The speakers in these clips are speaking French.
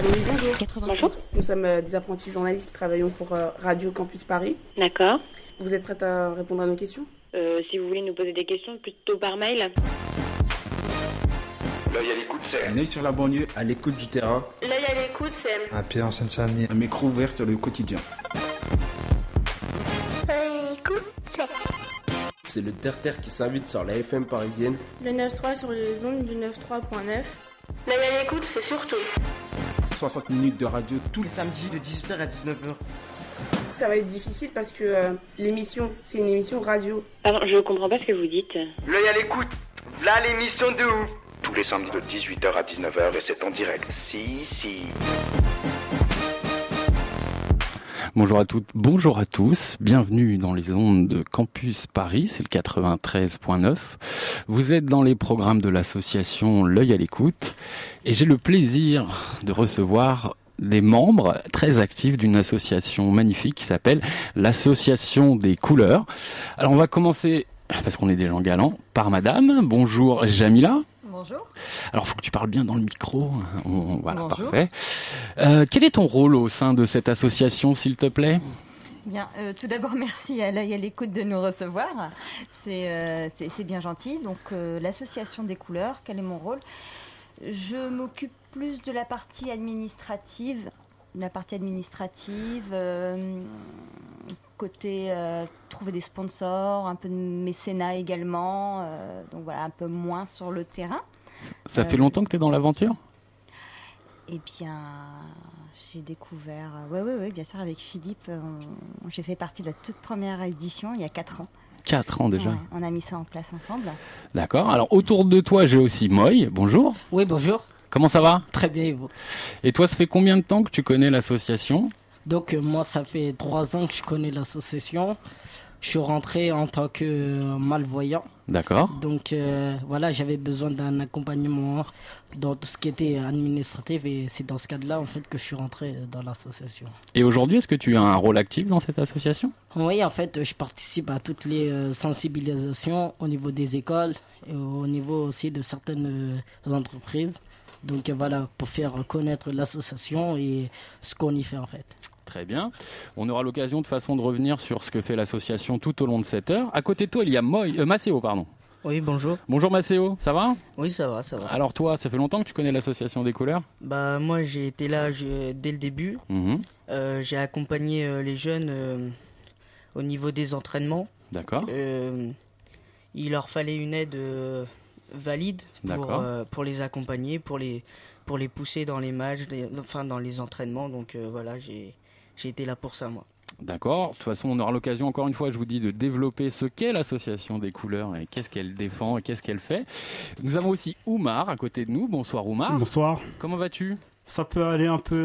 Allô, oui, bonjour. 95. Bonjour. Nous sommes des apprentis journalistes qui travaillons pour Radio Campus Paris. D'accord. Vous êtes prête à répondre à nos questions? Si vous voulez nous poser des questions, plutôt par mail. L'œil à l'écoute, c'est Un œil sur la banlieue, à l'écoute du terrain. L'œil à l'écoute, c'est Un pied en Seine-Saint-Denis. Un micro ouvert sur le quotidien. C'est le terre-terre qui s'invite sur la FM parisienne. Le 9.3 sur les ondes du 93.9. L'œil à l'écoute, c'est surtout 60 minutes de radio tous les samedis de 18h à 19h. Ça va être difficile parce que l'émission, c'est une émission radio. Pardon, je comprends pas ce que vous dites. L'œil à l'écoute, là l'émission de ouf. tous les samedis de 18h à 19h et c'est en direct. Si. Bonjour à toutes, bonjour à tous, bienvenue dans les ondes de Campus Paris, c'est le 93.9. Vous êtes dans les programmes de l'association L'œil à l'écoute et j'ai le plaisir de recevoir des membres très actifs d'une association magnifique qui s'appelle l'Association des couleurs. Alors on va commencer, parce qu'on est des gens galants, par madame. Bonjour Jamila. Bonjour. Alors, il faut que tu parles bien dans le micro. Voilà, Bonjour. parfait. Quel est ton rôle au sein de cette association, s'il te plaît ? Bien, tout d'abord, merci à l'œil à l'écoute de nous recevoir. C'est bien gentil. Donc, l'association des couleurs, quel est mon rôle ? Je m'occupe plus de la partie administrative. Côté trouver des sponsors, un peu de mécénat également. Donc voilà, un peu moins sur le terrain. Ça fait longtemps que tu es dans l'aventure ? Eh bien, j'ai découvert, oui, bien sûr, avec Philippe, j'ai fait partie de la toute première édition il y a 4 ans. 4 ans déjà. Ouais, on a mis ça en place ensemble. D'accord. Alors, autour de toi, j'ai aussi Moy. Bonjour. Oui, bonjour. Comment ça va ? Très bien, et vous ? Et toi, ça fait combien de temps que tu connais l'association ? Donc, moi, ça fait 3 ans que je connais l'association. Je suis rentré en tant que malvoyant. D'accord. Donc, voilà, j'avais besoin d'un accompagnement dans tout ce qui était administratif. Et c'est dans ce cadre-là, en fait, que je suis rentré dans l'association. Et aujourd'hui, est-ce que tu as un rôle actif dans cette association ? Oui, en fait, je participe à toutes les sensibilisations au niveau des écoles et au niveau aussi de certaines entreprises. Donc, voilà, pour faire connaître l'association et ce qu'on y fait, en fait. Très bien. On aura l'occasion de façon de revenir sur ce que fait l'association tout au long de cette heure. À côté de toi, il y a Maceo, pardon. Oui, bonjour. Bonjour Maceo, ça va ? Oui, ça va, ça va. Alors toi, ça fait longtemps que tu connais l'association des couleurs ? Bah moi, j'ai été là dès le début. J'ai accompagné les jeunes au niveau des entraînements. D'accord. Il leur fallait une aide valide pour les accompagner, pour les pousser dans les matchs, dans les entraînements. Donc voilà, j'ai été là pour ça, moi. D'accord. De toute façon, on aura l'occasion, encore une fois, je vous dis, de développer ce qu'est l'association des couleurs et qu'est-ce qu'elle défend et qu'est-ce qu'elle fait. Nous avons aussi Oumar à côté de nous. Bonsoir Oumar. Bonsoir. Comment vas-tu ? Ça peut aller un peu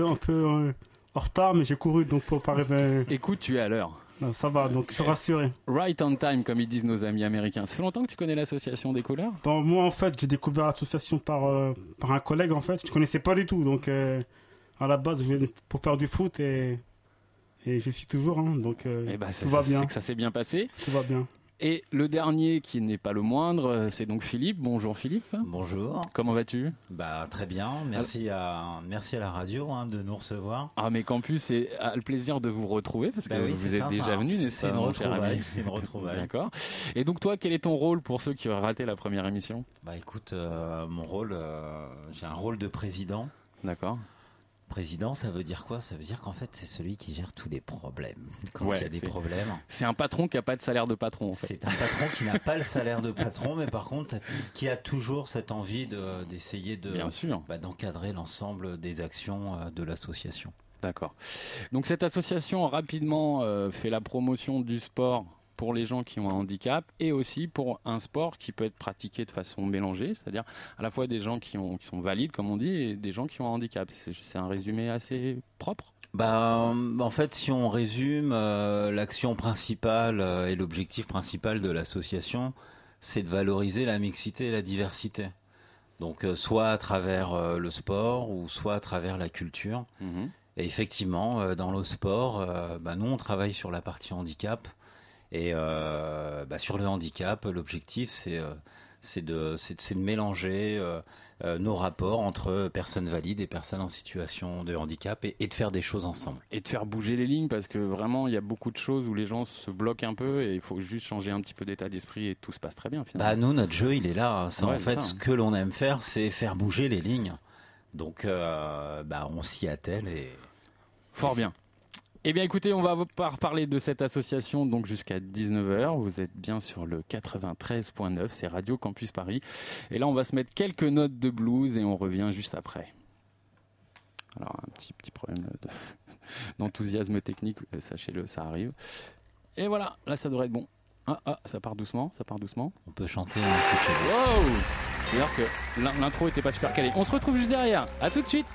en retard, mais j'ai couru, donc pour pas arriver... Écoute, tu es à l'heure. Non, ça va, donc je suis rassuré. Right on time, comme ils disent nos amis américains. Ça fait longtemps que tu connais l'association des couleurs ? Bon, moi, en fait, j'ai découvert l'association par un collègue, en fait. Je connaissais pas du tout, donc à la base, je venais pour faire du foot et je suis toujours, donc tout va bien. C'est que ça s'est bien passé. Tout va bien. Et le dernier, qui n'est pas le moindre, c'est donc Philippe. Bonjour Philippe. Bonjour. Comment vas-tu ? Très bien. Merci à la radio de nous recevoir. Ah, mais Campus a le plaisir de vous retrouver parce que vous êtes déjà venu. C'est une retrouvaille. C'est une retrouvaille. D'accord. Et donc toi, quel est ton rôle pour ceux qui auraient raté la première émission ? Écoute, mon rôle, j'ai un rôle de président. D'accord. Président, ça veut dire quoi ? Ça veut dire qu'en fait, c'est celui qui gère tous les problèmes. Quand il y a des problèmes. C'est un patron qui n'a pas de salaire de patron, en fait. C'est un patron qui n'a pas le salaire de patron, mais par contre, qui a toujours cette envie d'essayer d'encadrer l'ensemble des actions de l'association. D'accord. Donc cette association, rapidement, fait la promotion du sport pour les gens qui ont un handicap et aussi pour un sport qui peut être pratiqué de façon mélangée, c'est-à-dire à la fois des gens qui sont valides, comme on dit, et des gens qui ont un handicap. C'est un résumé assez propre ? En fait, si on résume, l'action principale et l'objectif principal de l'association, c'est de valoriser la mixité et la diversité. Donc, soit à travers le sport ou soit à travers la culture. Et effectivement, dans le sport, nous, on travaille sur la partie handicap. Et sur le handicap, l'objectif, c'est de mélanger nos rapports entre personnes valides et personnes en situation de handicap et de faire des choses ensemble. Et de faire bouger les lignes, parce que vraiment il y a beaucoup de choses où les gens se bloquent un peu et il faut juste changer un petit peu d'état d'esprit et tout se passe très bien finalement. Nous, notre jeu il est là. Ouais, en fait, ce que l'on aime faire, c'est faire bouger les lignes. Donc on s'y attelle et... Fort bien. Eh bien écoutez, on va parler de cette association donc jusqu'à 19h. Vous êtes bien sur le 93.9, c'est Radio Campus Paris. Et là on va se mettre quelques notes de blues et on revient juste après. Alors un petit problème d'enthousiasme technique, sachez-le, ça arrive. Et voilà, là ça devrait être bon. Ça part doucement. On peut chanter si tu veux. Wow! C'est-à-dire que l'intro était pas super calée. On se retrouve juste derrière. À tout de suite.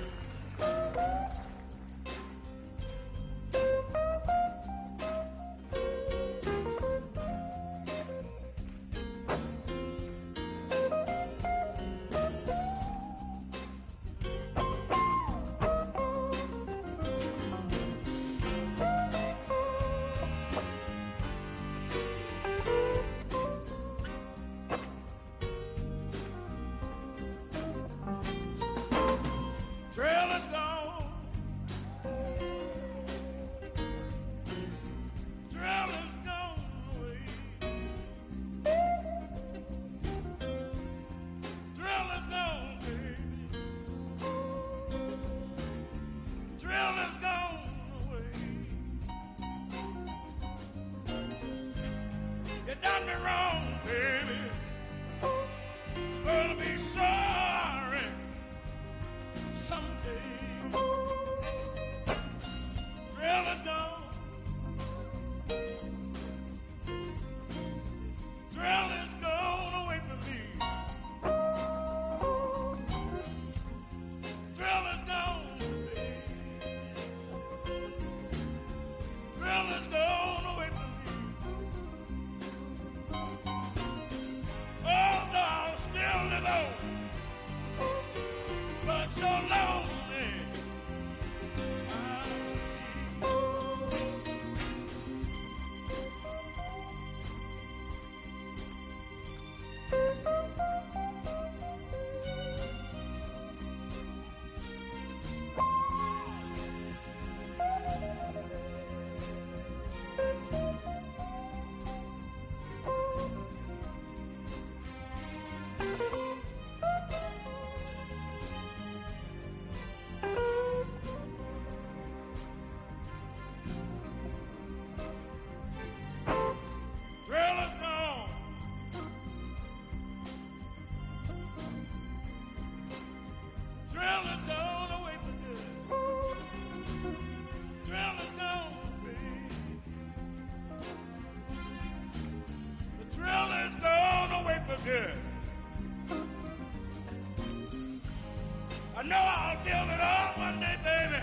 I know I'll give it all one day, baby,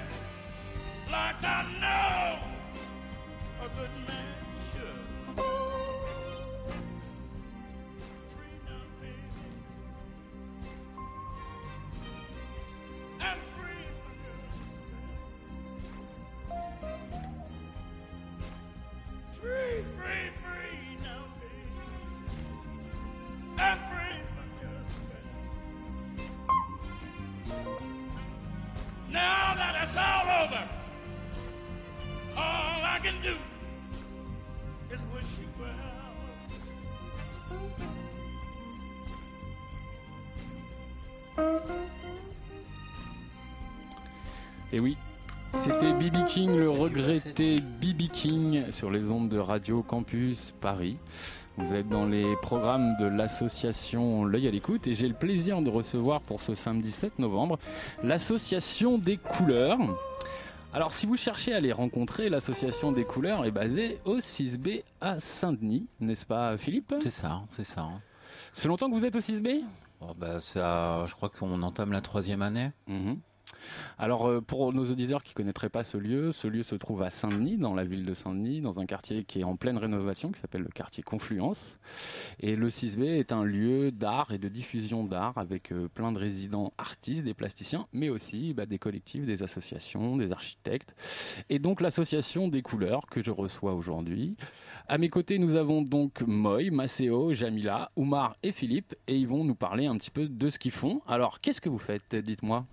like I know a good man should. Free now, baby, and free my girl. Free, free, free now, baby, and free my girl. Now that it's all over, all I can do is wish you well. Et oui, c'était B.B. King, le regretté B.B. King sur les ondes de Radio Campus Paris. Vous êtes dans les programmes de l'association L'œil à l'écoute et j'ai le plaisir de recevoir pour ce samedi 7 novembre l'association des couleurs. Alors si vous cherchez à les rencontrer, l'association des couleurs est basée au 6B à Saint-Denis, n'est-ce pas Philippe ? C'est ça, c'est ça. Ça fait longtemps que vous êtes au 6B ? Ça, je crois qu'on entame la 3e année. Alors, pour nos auditeurs qui ne connaîtraient pas ce lieu se trouve à Saint-Denis, dans la ville de Saint-Denis, dans un quartier qui est en pleine rénovation, qui s'appelle le quartier Confluence. Et le 6B est un lieu d'art et de diffusion d'art avec plein de résidents artistes, des plasticiens, mais aussi des collectifs, des associations, des architectes. Et donc l'association des couleurs que je reçois aujourd'hui. À mes côtés, nous avons donc Moy, Maceo, Jamila, Oumar et Philippe. Et ils vont nous parler un petit peu de ce qu'ils font. Alors, qu'est-ce que vous faites, dites-moi?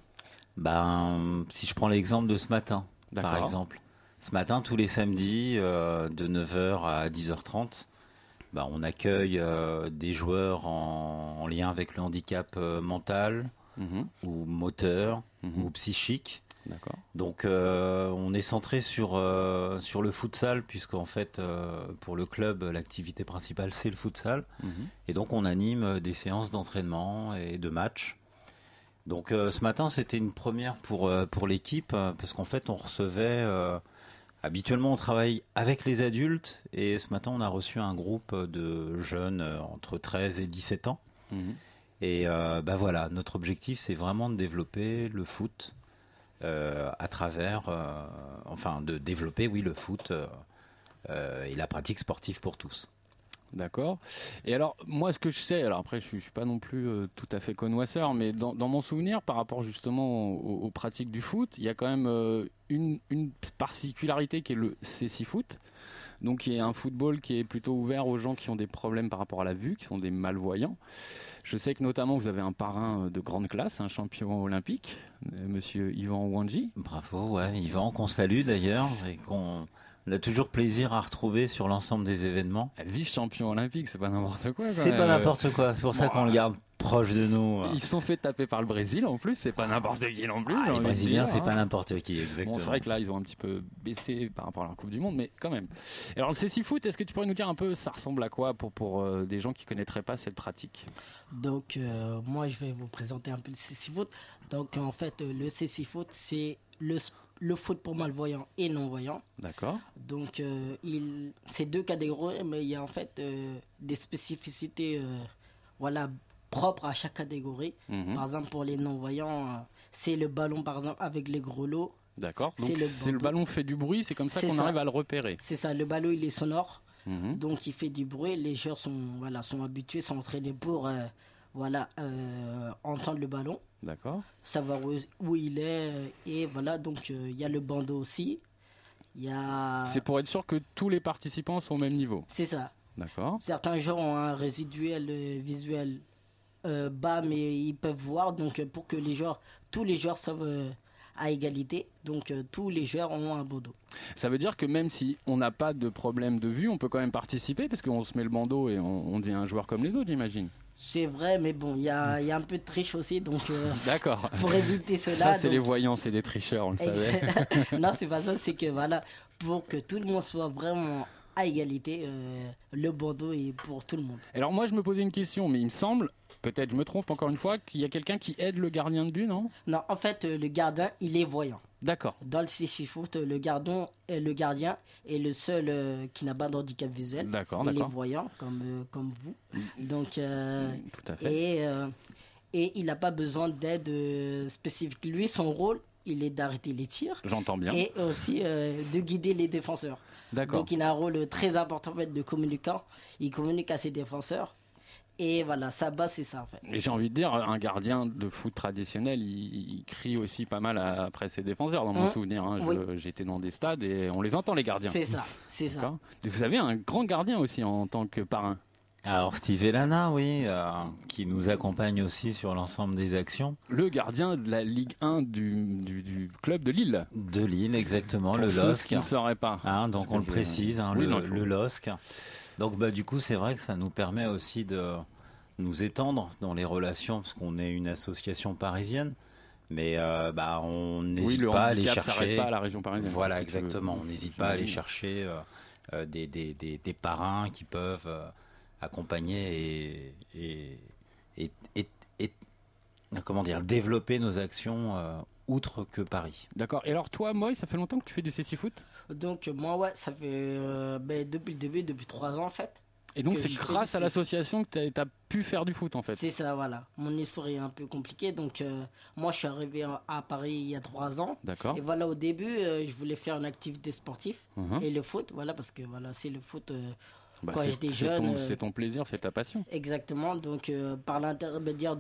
Si je prends l'exemple de ce matin, par exemple. Ce matin, tous les samedis, de 9h à 10h30, on accueille des joueurs en lien avec le handicap mental ou moteur ou psychique. D'accord. Donc on est centré sur le futsal, puisqu'en fait pour le club l'activité principale c'est le futsal. Et donc on anime des séances d'entraînement et de matchs. Donc ce matin c'était une première pour l'équipe, parce qu'en fait on recevait habituellement on travaille avec les adultes, et ce matin on a reçu un groupe de jeunes entre 13 et 17 ans. Et voilà, notre objectif c'est vraiment de développer le foot à travers, de développer le foot et la pratique sportive pour tous. D'accord. Et alors, moi, ce que je sais, alors après, je suis pas non plus tout à fait connoisseur, mais dans mon souvenir, par rapport justement aux pratiques du foot, il y a quand même une particularité qui est le cécifoot. Donc, qui est un football qui est plutôt ouvert aux gens qui ont des problèmes par rapport à la vue, qui sont des malvoyants. Je sais que notamment vous avez un parrain de grande classe, un champion olympique, monsieur Yvan Wanji. Bravo, ouais, Yvan, qu'on salue d'ailleurs, et qu'on a toujours plaisir à retrouver sur l'ensemble des événements. Vice-champion olympique, c'est pas n'importe quoi. C'est pas n'importe quoi, c'est pour ça qu'on le garde proche de nous. Ils se sont fait taper par le Brésil en plus, c'est pas n'importe qui non plus. Les Brésiliens, c'est pas n'importe qui, exactement. Bon, c'est vrai que là, ils ont un petit peu baissé par rapport à la Coupe du Monde, mais quand même. Alors, le cécifoot, est-ce que tu pourrais nous dire un peu, ça ressemble à quoi pour des gens qui connaîtraient pas cette pratique? Donc, moi, je vais vous présenter un peu le cécifoot. Donc, en fait, le cécifoot, c'est le foot pour malvoyants et non-voyants. D'accord. Donc, c'est deux catégories, mais il y a en fait des spécificités propres à chaque catégorie. Par exemple, pour les non-voyants, c'est le ballon, par exemple, avec les grelots. D'accord. Donc, le ballon fait du bruit, c'est comme ça qu'on arrive à le repérer. C'est ça, le ballon, il est sonore. Donc, il fait du bruit. Les joueurs sont habitués, sont entraînés pour entendre le ballon. D'accord. Savoir où il est. Et voilà, donc il y a le bandeau aussi. C'est pour être sûr que tous les participants sont au même niveau. C'est ça. D'accord. Certains joueurs ont un résiduel visuel bas, mais ils peuvent voir. Donc pour que tous les joueurs soient à égalité, donc tous les joueurs ont un bandeau. Ça veut dire que même si on n'a pas de problème de vue, on peut quand même participer, parce qu'on se met le bandeau et on devient un joueur comme les autres, j'imagine. C'est vrai, mais bon, il y a un peu de triche aussi, donc d'accord. Pour éviter cela. Ça, c'est les voyants, c'est des tricheurs, on le savait. Non, c'est pas ça, c'est que pour que tout le monde soit vraiment à égalité, le bandeau est pour tout le monde. Alors moi, je me posais une question, mais il me semble, peut-être je me trompe encore une fois, qu'il y a quelqu'un qui aide le gardien de but, non? Non, en fait, le gardien, il est voyant. D'accord. Dans le cécifoot, le gardien est le seul qui n'a pas de handicap visuel. D'accord, il est voyant, comme vous. Donc, tout à fait. Et il n'a pas besoin d'aide spécifique. Lui, son rôle, il est d'arrêter les tirs. J'entends bien. Et aussi de guider les défenseurs. D'accord. Donc, il a un rôle très important en fait, de communicant. Il communique à ses défenseurs. Et voilà, sa base, c'est ça en fait. Et j'ai envie de dire, un gardien de foot traditionnel, il crie aussi pas mal après ses défenseurs, dans mon souvenir. Oui. J'étais dans des stades et on les entend, les gardiens. C'est ça, c'est ça. Et vous avez un grand gardien aussi en tant que parrain. Alors Steve Elana, oui, qui nous accompagne aussi sur l'ensemble des actions. Le gardien de la Ligue 1 du club de Lille. De Lille, exactement, le LOSC. Pour ceux qui ne sauraient pas. Donc on le précise, le LOSC. Donc du coup, c'est vrai que ça nous permet aussi de nous étendre dans les relations, parce qu'on est une association parisienne. Mais on n'hésite pas à aller chercher. Pas à la région parisienne. Voilà, exactement. On n'hésite pas à aller chercher des parrains qui peuvent accompagner et comment dire, développer nos actions outre que Paris. D'accord. Et alors toi, Moy, ça fait longtemps que tu fais du cécifoot? Donc moi, ça fait depuis le début, depuis 3 ans en fait. Et donc c'est grâce à l'association que tu as pu faire du foot en fait. C'est ça, voilà. Mon histoire est un peu compliquée. Donc moi je suis arrivé à Paris il y a 3 ans. D'accord. Et voilà, au début je voulais faire une activité sportive et le foot, voilà, parce que voilà, c'est le foot quand j'étais jeune. C'est ton plaisir, c'est ta passion. Exactement. Donc par l'intermédiaire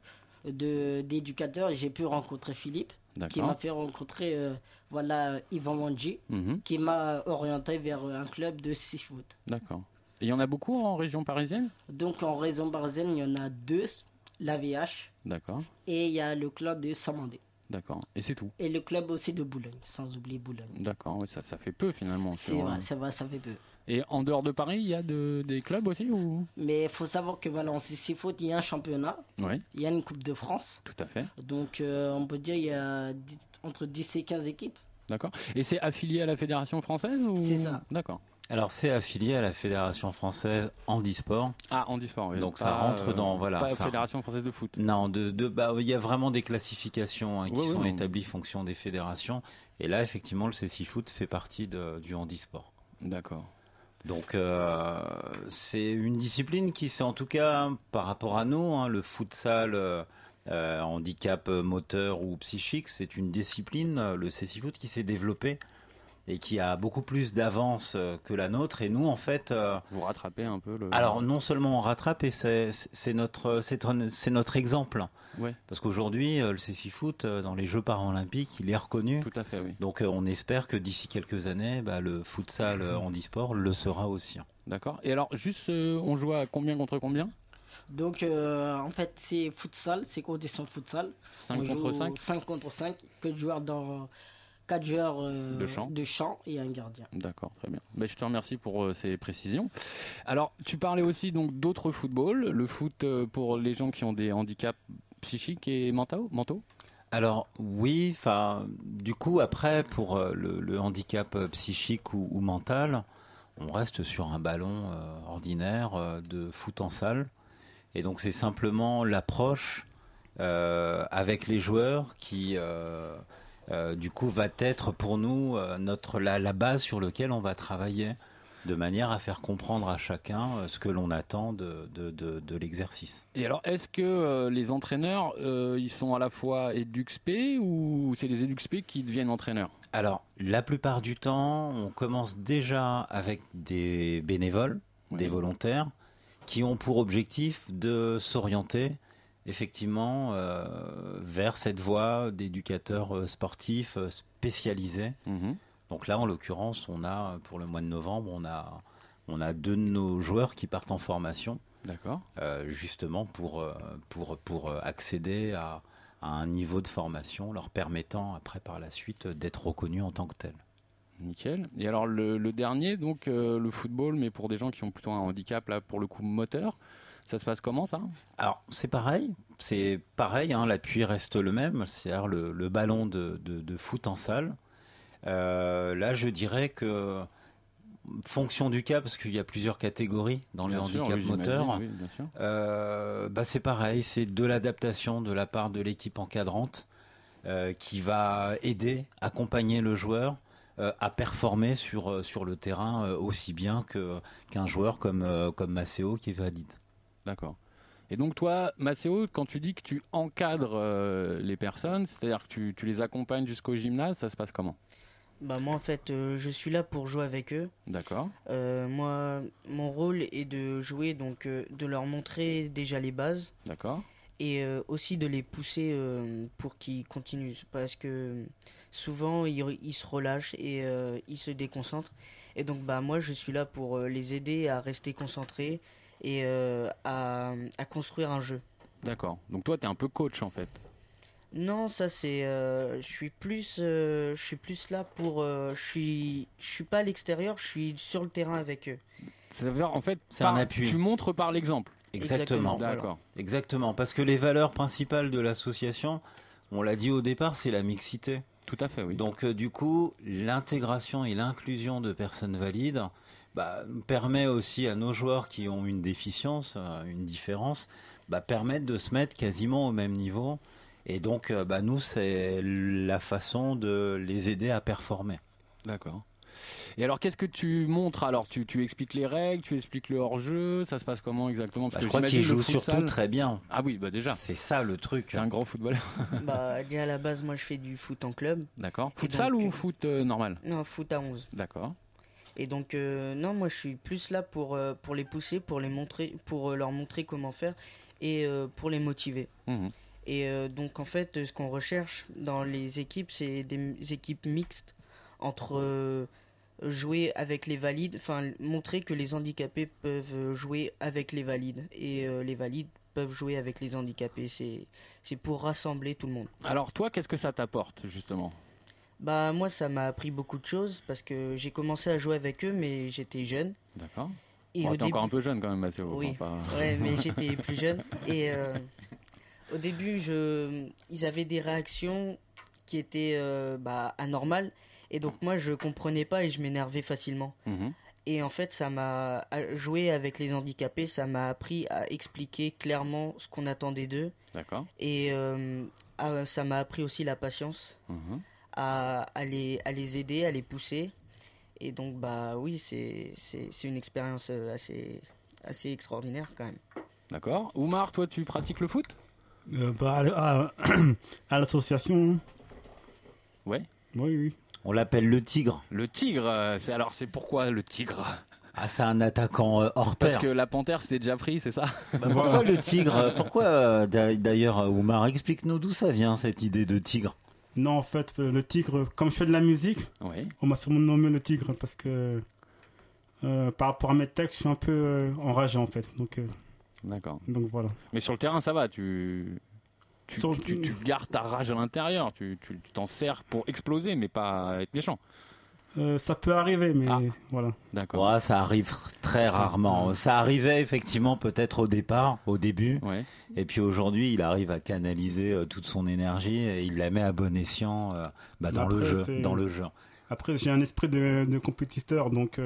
d'éducateurs, j'ai pu rencontrer Philippe. D'accord. Qui m'a fait rencontrer Yvan Wanji, qui m'a orienté vers un club de seafoot. D'accord. Et il y en a beaucoup en région parisienne? Donc en région parisienne, il y en a 2, l'AVH. D'accord. Et il y a le club de Saint-Mandé. D'accord. Et c'est tout? Et le club aussi de Boulogne, sans oublier Boulogne. D'accord, oui, ça fait peu finalement. C'est vrai, ça fait peu. Et en dehors de Paris, il y a des clubs aussi ou... Mais il faut savoir que en seafoot, il y a un championnat. Oui. Il y a une Coupe de France. Tout à fait. Donc on peut dire qu'il y a entre 10 et 15 équipes. D'accord. Et c'est affilié à la Fédération française ou... C'est ça. D'accord. Alors c'est affilié à la Fédération française handisport. Ah, handisport, oui. Donc ça rentre dans pas la Fédération française de foot. Non, il y a vraiment des classifications qui sont établies fonction des fédérations. Et là, effectivement, le CCFoot fait partie du handisport. D'accord. Donc c'est une discipline qui, c'est en tout cas par rapport à nous, le futsal, handicap moteur ou psychique, c'est une discipline, le CCFoot, qui s'est développée et qui a beaucoup plus d'avance que la nôtre. Et nous, en fait... Vous rattrapez un peu le... Alors, non seulement on rattrape, et c'est notre exemple. Ouais. Parce qu'aujourd'hui, le CCFoot, dans les Jeux paralympiques, il est reconnu. Tout à fait, oui. Donc, on espère que d'ici quelques années, le futsal handisport le sera aussi. D'accord. Et alors, juste, on joue à combien contre combien? Donc, en fait, c'est futsal, c'est condition futsal. 5 contre 5 5 contre 5, que de joueurs dans... 4 joueurs de champ et un gardien. D'accord, très bien. Je te remercie pour ces précisions. Alors, tu parlais aussi donc d'autres footballs, le foot pour les gens qui ont des handicaps psychiques et mentaux? Alors oui, du coup après pour le handicap psychique ou mental, on reste sur un ballon ordinaire de foot en salle. Et donc c'est simplement l'approche avec les joueurs qui... du coup va être pour nous la base sur laquelle on va travailler de manière à faire comprendre à chacun ce que l'on attend de l'exercice. Et alors est-ce que les entraîneurs ils sont à la fois EduxP ou c'est les EduxP qui deviennent entraîneurs? Alors la plupart du temps on commence déjà avec des bénévoles, des volontaires qui ont pour objectif de s'orienter effectivement vers cette voie d'éducateurs sportifs spécialisés. Donc là, en l'occurrence, on a pour le mois de novembre, on a 2 de nos joueurs qui partent en formation. D'accord. Justement pour accéder à un niveau de formation leur permettant après par la suite d'être reconnus en tant que tels. Nickel. Et alors le dernier, donc le football, mais pour des gens qui ont plutôt un handicap là pour le coup moteur. Ça se passe comment, ça? Alors, c'est pareil, l'appui reste le même, c'est-à-dire le ballon de foot en salle. Là, je dirais que, fonction du cas, parce qu'il y a plusieurs catégories dans le handicap moteur, oui, bien sûr. C'est pareil, c'est de l'adaptation de la part de l'équipe encadrante qui va aider, accompagner le joueur à performer sur le terrain aussi bien qu'un joueur comme Maceo qui est valide. D'accord. Et donc toi, Maceo, quand tu dis que tu encadres les personnes, c'est-à-dire que tu les accompagnes jusqu'au gymnase, ça se passe comment? Moi en fait, je suis là pour jouer avec eux. D'accord. Moi, mon rôle est de jouer, donc de leur montrer déjà les bases. D'accord. Et aussi de les pousser pour qu'ils continuent. Parce que souvent, ils se relâchent et ils se déconcentrent. Et donc moi, je suis là pour les aider à rester concentrés et à construire un jeu. D'accord. Donc toi, tu es un peu coach en fait. Non, ça c'est... je suis plus là pour... je suis pas à l'extérieur, je suis sur le terrain avec eux. Ça veut dire en fait, c'est un appui. Tu montres par l'exemple. Exactement. D'accord. Exactement. Parce que les valeurs principales de l'association, on l'a dit au départ, c'est la mixité. Tout à fait, oui. Donc du coup, l'intégration et l'inclusion de personnes valides permet aussi à nos joueurs qui ont une déficience, une différence, permettre de se mettre quasiment au même niveau. Et donc, nous, c'est la façon de les aider à performer. D'accord. Et alors, qu'est-ce que tu montres? Alors, tu expliques les règles, tu expliques le hors-jeu, ça se passe comment exactement? Parce que je crois qu'il joue surtout très bien. Ah oui, déjà. C'est ça le truc. C'est un grand footballeur. Déjà à la base, moi je fais du foot en club. D'accord. Futsal ou foot normal? Non, foot à 11. D'accord. Et donc, non, moi je suis plus là pour les pousser, pour leur montrer comment faire et pour les motiver. Mmh. Et donc, en fait, ce qu'on recherche dans les équipes, c'est des équipes mixtes entre jouer avec les valides, enfin, montrer que les handicapés peuvent jouer avec les valides et les valides peuvent jouer avec les handicapés. C'est pour rassembler tout le monde. Alors, toi, qu'est-ce que ça t'apporte, justement? Moi, ça m'a appris beaucoup de choses parce que j'ai commencé à jouer avec eux, mais j'étais jeune. D'accord. T'es encore un peu jeune quand même, Mathéo. Oui, ouais, mais j'étais plus jeune. Et au début, ils avaient des réactions qui étaient anormales. Et donc moi, je comprenais pas et je m'énervais facilement. Mmh. Et en fait, ça m'a joué avec les handicapés, ça m'a appris à expliquer clairement ce qu'on attendait d'eux. D'accord. Et ça m'a appris aussi la patience. Mmh. À les aider, à les pousser. Et donc, oui, c'est une expérience assez extraordinaire quand même. D'accord. Oumar, toi, tu pratiques le foot? À l'association. Ouais. Oui. On l'appelle le Tigre. Le Tigre, c'est pourquoi le Tigre? Ah, c'est un attaquant hors pair. Parce que la panthère c'était déjà pris, c'est ça? Pourquoi le Tigre? Pourquoi d'ailleurs, Oumar, explique-nous d'où ça vient cette idée de Tigre. Non, en fait, le Tigre, comme je fais de la musique, oui. On m'a surnommé le Tigre parce que par rapport à mes textes, je suis un peu enragé en fait. D'accord. Donc voilà. Mais sur le terrain, ça va, tu gardes ta rage à l'intérieur, tu t'en sers pour exploser, mais pas être méchant. Ça peut arriver, mais voilà. D'accord. Ouais, ça arrive très rarement. Ça arrivait effectivement peut-être au début. Ouais. Et puis aujourd'hui, il arrive à canaliser toute son énergie et il la met à bon escient dans le jeu. Après, j'ai un esprit de compétiteur, donc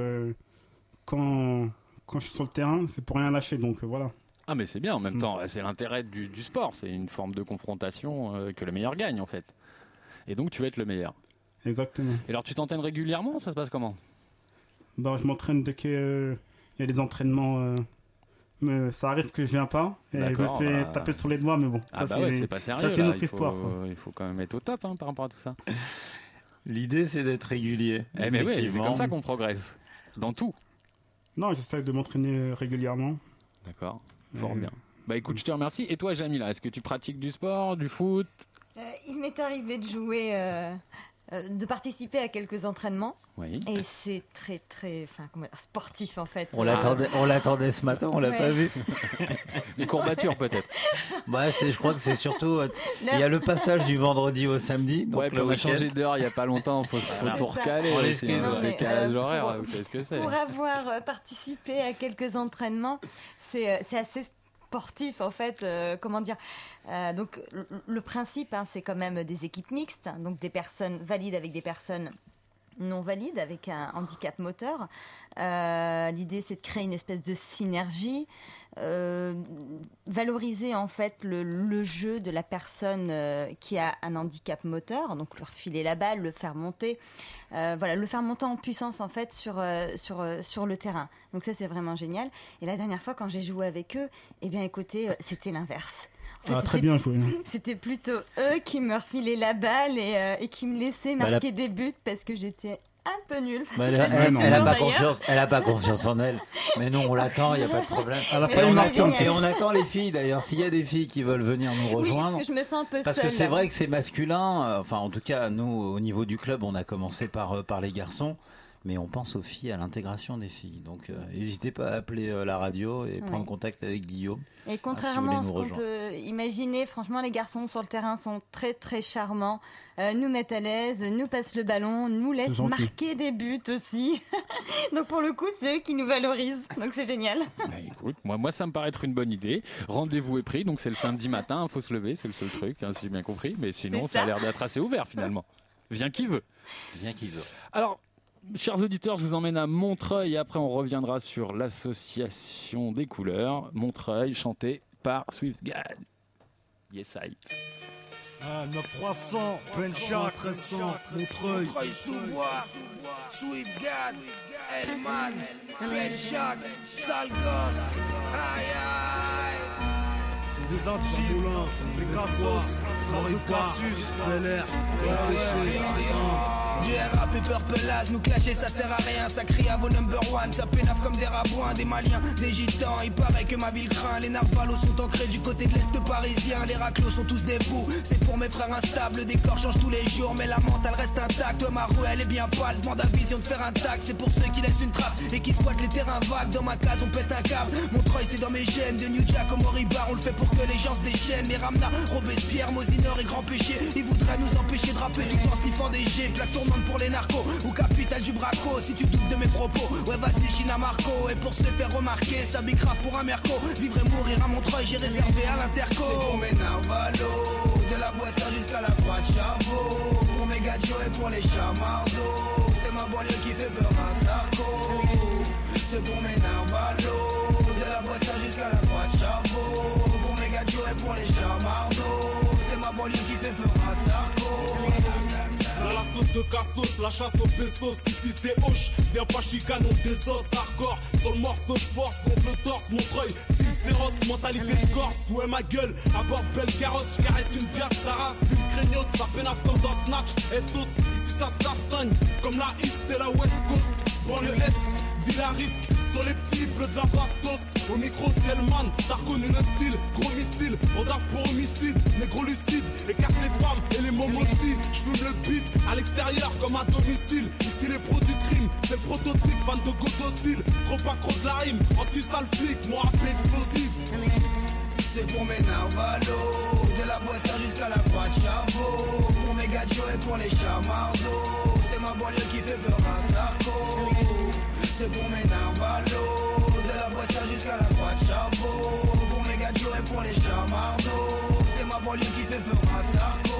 quand je suis sur le terrain, c'est pour rien lâcher, donc voilà. Ah mais c'est bien, en même temps, c'est l'intérêt du sport, c'est une forme de confrontation que le meilleur gagne en fait. Et donc tu vas être le meilleur. Exactement. Et alors tu t'entraînes régulièrement, ça se passe comment? Je m'entraîne dès qu'il y a des entraînements, mais ça arrive que je viens pas, et je me fais taper sur les doigts, mais bon. C'est pas sérieux, ça c'est notre histoire. Il faut quand même être au top par rapport à tout ça. L'idée c'est d'être régulier. Mais oui, c'est comme ça qu'on progresse, dans tout. Non, j'essaie de m'entraîner régulièrement. D'accord. Fort bien. Écoute, je te remercie. Et toi, Jamila, est-ce que tu pratiques du sport, du foot? Il m'est arrivé de jouer, de participer à quelques entraînements. Oui. Et c'est très, sportif en fait. On l'attendait ce matin, on l'a pas vu. Les courbatures peut-être. Je crois que c'est surtout. Il y a le passage du vendredi au samedi. Donc on a changé d'heure il y a pas longtemps. Faut tout recaler. On décalage horaire. Vous savez ce que c'est. Pour avoir participé à quelques entraînements, c'est assez sportif en fait. Donc le principe, c'est quand même des équipes mixtes, donc des personnes valides avec des personnes non valides avec un handicap moteur. L'idée, c'est de créer une espèce de synergie, valoriser en fait le jeu de la personne qui a un handicap moteur, donc leur filer la balle, le faire monter, le faire monter en puissance en fait sur le terrain. Donc ça, c'est vraiment génial. Et la dernière fois, quand j'ai joué avec eux, écoutez, c'était l'inverse. En fait, très bien joué. C'était plutôt eux qui me refilaient la balle et qui me laissaient marquer des buts parce que j'étais un peu nulle. Elle a pas confiance en elle. Mais non, on l'attend, il n'y a pas de problème. Et on attend les filles d'ailleurs. S'il y a des filles qui veulent venir nous rejoindre. Oui, je me sens un peu parce seule. Que c'est vrai que c'est masculin. Enfin, en tout cas, nous, au niveau du club, on a commencé par les garçons. Mais on pense aux filles, à l'intégration des filles. Donc, n'hésitez pas à appeler la radio et prendre contact avec Guillaume. Et contrairement à ce qu'on peut imaginer, franchement, les garçons sur le terrain sont très, très charmants. Nous mettent à l'aise, nous passent le ballon, nous laissent marquer des buts aussi. Donc, pour le coup, c'est eux qui nous valorisent. Donc, c'est génial. Écoute, moi, ça me paraît être une bonne idée. Rendez-vous est pris. Donc, c'est le samedi matin. Il faut se lever. C'est le seul truc, si j'ai bien compris. Mais sinon, ça a l'air d'être assez ouvert, finalement. Viens qui veut. Viens qui veut. Alors, chers auditeurs, je vous emmène à Montreuil et après on reviendra sur l'association des couleurs. Montreuil, chanté par Swift God. Yes, I. 9300, Penchak, 1300, Montreuil. Montreuil-sous-Bois, Swiftgad, Elman, Penchak, sale gosse, aïe aïe. Les Antilles, les Cassos, Mauricasus, Bel Air, Du rap et purple as, nous clasher ça sert à rien. Ça crie à vos number one, ça pénave comme des rabouins, des maliens, des gitans. Il paraît que ma ville craint, les narvalos sont ancrés du côté de l'est parisien. Les raclos sont tous des fous, c'est pour mes frères instables. Le décor change tous les jours, mais la mentale reste intacte. Ma rue elle est bien pâle, demande à vision de faire un tac. C'est pour ceux qui laissent une trace et qui squattent les terrains vagues. Dans ma case on pète un câble, Montreuil c'est dans mes gènes. De New Jack au Moribar, on le fait pour que les gens se déchaînent. Les Ramna, Robespierre, Mosinor et Grand Péché, ils voudraient nous empêcher de rapper tout en sniffant des jets. Plaque tournante pour les narcos ou capitale du braco. Si tu doutes de mes propos, ouais vas-y China Marco. Et pour se faire remarquer, ça bicrave pour un merco. Vivre et mourir à Montreuil, j'ai réservé à l'Interco. C'est pour mes narvalos, de la Boissière jusqu'à la Croix de Chabot. Pour mes gadgets et pour les chamardos, c'est ma banlieue qui fait peur à Sarko. C'est pour mes narvalos, de la Boissière jusqu'à la Croix de Chabot. Pour mes gadgets et pour les chamardos, c'est ma banlieue qui fait peur à Sarko. La sauce de Cassos, la chasse aux pesos, ici c'est hoche, viens pas chicane, on des os hardcore. Sur le morceau je force, contre le torse, Montreuil, style féroce, mentalité de Corse. Ouais ma gueule, à bord belle carrosse, je caresse une bière, ça race, une craignos, ça pénave comme dans Snatch. Et sauce, ici ça se castagne, comme la East et la West Coast. Banlieue Est, ville à risque, sur les petits bleus de la Bastos. Au micro c'est le man, t'as reconnu le style, gros missile, on dave pour homicide, négro lucide, écarte les femmes et les mômes aussi. J'fume le beat à l'extérieur comme à domicile. Ici les pros du crime, c'est le prototype, fan de godocile. Trop accro de la rime, anti-sale flic, moi rap explosif. C'est pour mes narvalos, de la Boissière jusqu'à la Croix de Chabot. Pour mes gadgets et pour les chamardos, c'est ma banlieue qui fait peur à Sarko. C'est pour mes narvalos, de la Boissière jusqu'à la Croix de Chabot. Pour mes gadgets et pour les chamardos, c'est ma banlieue qui fait peur à Sarko.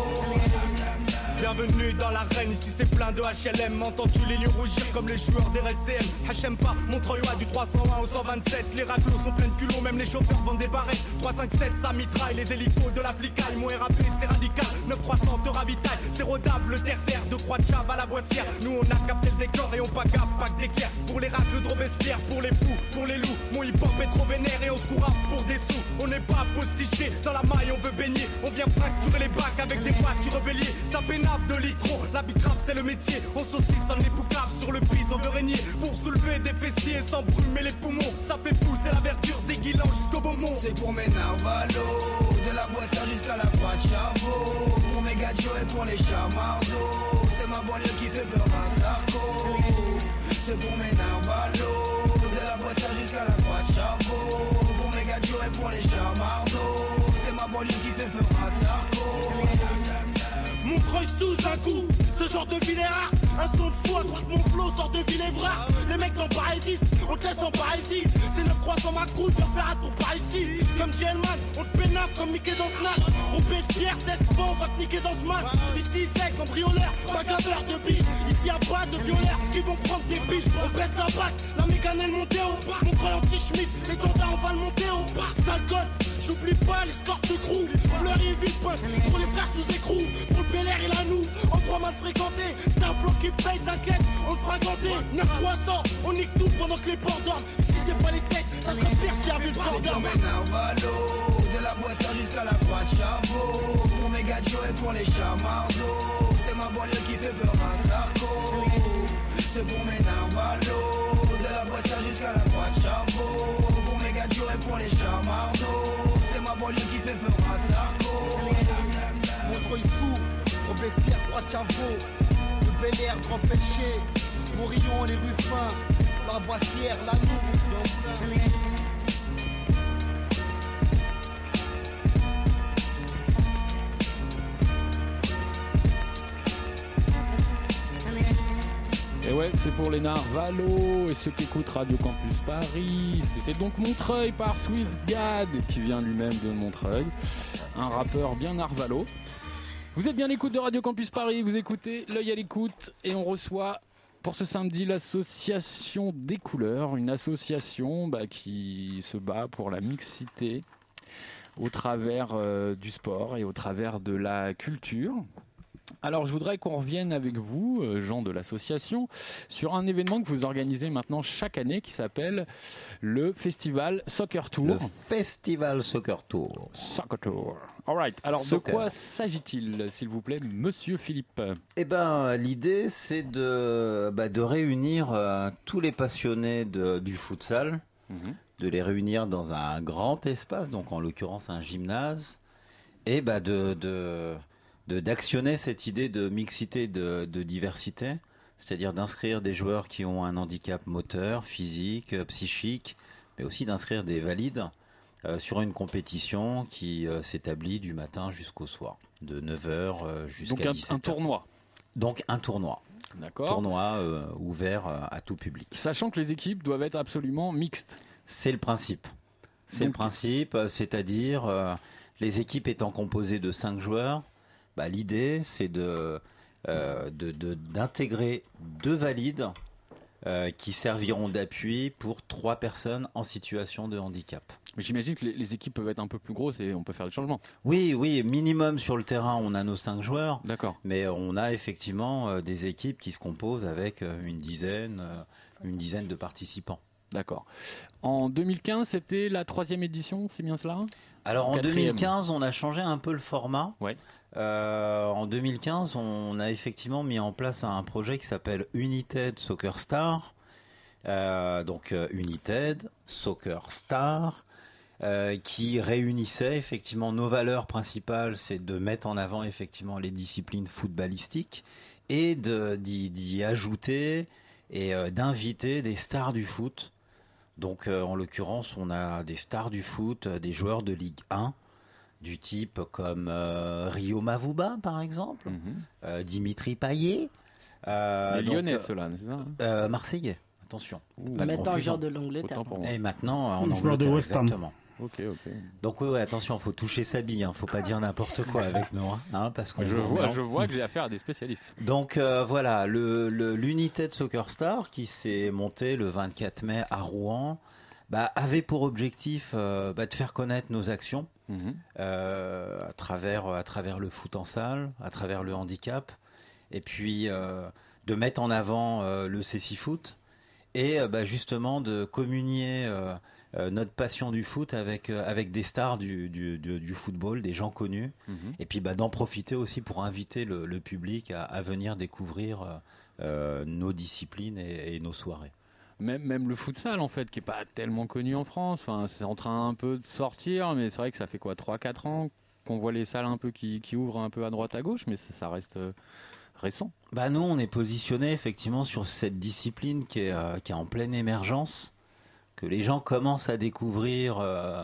Bienvenue dans l'arène, ici c'est plein de HLM. Entends-tu les lieux rougir comme les joueurs des RCM? HM pas, Montreuil du 301 au 127. Les raclos sont pleins de culots, même les chauffeurs vendent des barrettes. 357 ça mitraille, les hélicos de la flicaille. Mon RAP c'est radical, 9300 te ravitaille. C'est rodable, le terre-terre, de Croix de Chave à la Boissière. Nous on a capté le décor et on pas cap, pas que d'équerre. Pour les racles de Robespierre, pour les fous, pour les loups. Mon hip-hop est trop vénère et on se court pour des sous. On n'est pas postiché, dans la maille on veut baigner. On vient fracturer les bacs avec des voitures béliers. Ça pénale de litron, l'arbitrage c'est le métier. On saucissonne les boucaves sur le prise, on veut régner. Pour soulever des fessiers sans brumer les poumons. Ça fait pousser la verdure des guilans jusqu'au Beaumont. C'est pour mes narvalos, de la Boissière jusqu'à la Croix de Chabot. Pour mes gadgets et pour les chamardos, c'est ma banlieue qui fait peur à Sarko. C'est pour mes narvalos, de la Boissière jusqu'à la Croix de Chabot. Pour mes gadgets et pour les chamardos, c'est ma banlieue qui fait peur à Sarko. Montreuil sous un coup, ce genre de ville est rare. Un son de fou à droite mon flow sort de Villévrard. Les mecs n'ont pas résisté, on te laisse en parésie. C'est 9-300 ma crew, viens faire un tour par ici. Comme Gelman, on te pénave comme Mickey dans Snatch. Robespierre, teste pas, on va te niquer dans ce match. Ici c'est cambrioleur, bagarreur de biche. Ici y'a pas de violeurs qui vont prendre des biches. On baisse la bac, la mécanelle montée au bas. Montreuil anti-schmidt, les tentats on va le monter au bas. Sale gosse, j'oublie pas les scores de crew. Fleury, Villepinte, pour les frères sous écrou. Pour le Bel-Air et la nous, endroit mal fréquenté. C'est un bloc qui paye, t'inquiète, on le fera ganter. 9-300, on nique tout pendant que les ports dorment. Ici c'est pas les steaks, ça serait pire s'il y avait le port C'est pour d'orme. mes narvalos, de la Boissière jusqu'à la Croix de Chabot. Pour mes gadgets et pour les chamardos, c'est ma banlieue qui fait peur à Sarko. C'est pour mes narvalos, de la Boissière jusqu'à la Croix de Chabot. Pour mes gadgets et pour les chamardos, c'est ma banlieue qui fait peur à Sarko. Montreuil sous, Robespierre, Croix de Chavot, le Bel Air, Grand Péché, Morillon, les Ruffins, la Boissière, la Noue. Et ouais, c'est pour les Narvalos et ceux qui écoutent Radio Campus Paris. C'était donc Montreuil par Swiftgad, qui vient lui-même de Montreuil. Un rappeur bien Narvalo. Vous êtes bien à l'écoute de Radio Campus Paris, vous écoutez L'œil à l'écoute et on reçoit pour ce samedi l'association des couleurs, une association qui se bat pour la mixité. au travers du sport et au travers de la culture. Alors, je voudrais qu'on revienne avec vous, Jean de l'association, sur un événement que vous organisez maintenant chaque année qui s'appelle le Festival Soccer Tour. Le Festival Soccer Tour. Soccer Tour. All right. Alors, de quoi s'agit-il, s'il vous plaît, monsieur Philippe? Eh ben, l'idée, c'est de réunir tous les passionnés du futsal, de les réunir dans un grand espace, donc en l'occurrence un gymnase, et d'actionner cette idée de mixité, de diversité, c'est-à-dire d'inscrire des joueurs qui ont un handicap moteur, physique, psychique, mais aussi d'inscrire des valides sur une compétition qui s'établit du matin jusqu'au soir, de 9h jusqu'à 17h. Donc un tournoi. Donc un tournoi. D'accord. Tournoi ouvert à tout public. Sachant que les équipes doivent être absolument mixtes. C'est le principe. C'est le principe, c'est-à-dire les équipes étant composées de 5 joueurs, l'idée c'est d'intégrer 2 valides qui serviront d'appui pour 3 personnes en situation de handicap. Mais j'imagine que les équipes peuvent être un peu plus grosses et on peut faire des changements. Oui, minimum sur le terrain, on a nos 5 joueurs. D'accord. Mais on a effectivement des équipes qui se composent avec une dizaine de participants. D'accord. En 2015, c'était la 3e édition, c'est bien cela? Alors en 2015, on a changé un peu le format. Ouais. En 2015, on a effectivement mis en place un projet qui s'appelle United Soccer Star. Donc United Soccer Star, qui réunissait effectivement nos valeurs principales, c'est de mettre en avant effectivement les disciplines footballistiques et d'y ajouter et d'inviter des stars du foot. Donc en l'occurrence, on a des stars du foot, des joueurs de Ligue 1, du type comme Rio Mavuba par exemple, Dimitri Payet. Les Lyonnais, ceux-là, c'est ça, Marseillais, attention. Maintenant, joueur de l'Angleterre. Et maintenant, en joueur de Angleterre, West Ham. exactement. Ok. Donc oui, attention, faut toucher sa bille, faut pas dire n'importe quoi avec nous, parce qu'on je vois que j'ai affaire à des spécialistes. Donc voilà, l'United Soccer Star qui s'est monté le 24 mai à Rouen, avait pour objectif de faire connaître nos actions à travers le foot en salle, à travers le handicap, et puis de mettre en avant le cécifoot et justement de communier notre passion du foot avec des stars du football, des gens connus, et puis d'en profiter aussi pour inviter le public à venir découvrir nos disciplines et nos soirées. Même le futsal en fait, qui est pas tellement connu en France, c'est en train un peu de sortir, mais c'est vrai que ça fait 3-4 ans qu'on voit les salles un peu qui ouvrent un peu à droite à gauche, mais ça reste récent. Nous on est positionné effectivement sur cette discipline qui est en pleine émergence, que les gens commencent à découvrir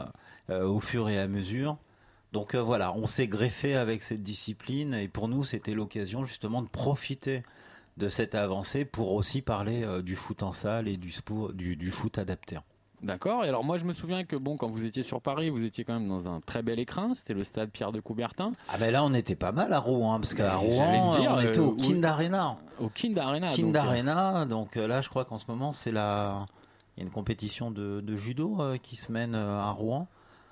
au fur et à mesure. Donc voilà, on s'est greffé avec cette discipline et pour nous c'était l'occasion justement de profiter de cette avancée pour aussi parler du foot en salle et du foot adapté. D'accord, et alors moi je me souviens que quand vous étiez sur Paris, vous étiez quand même dans un très bel écrin, c'était le stade Pierre de Coubertin. Là on était pas mal à Rouen, parce qu'à Rouen on était au Kind Arena. Au Kind Arena. Arena, donc là je crois qu'en ce moment il y a une compétition de judo qui se mène à Rouen,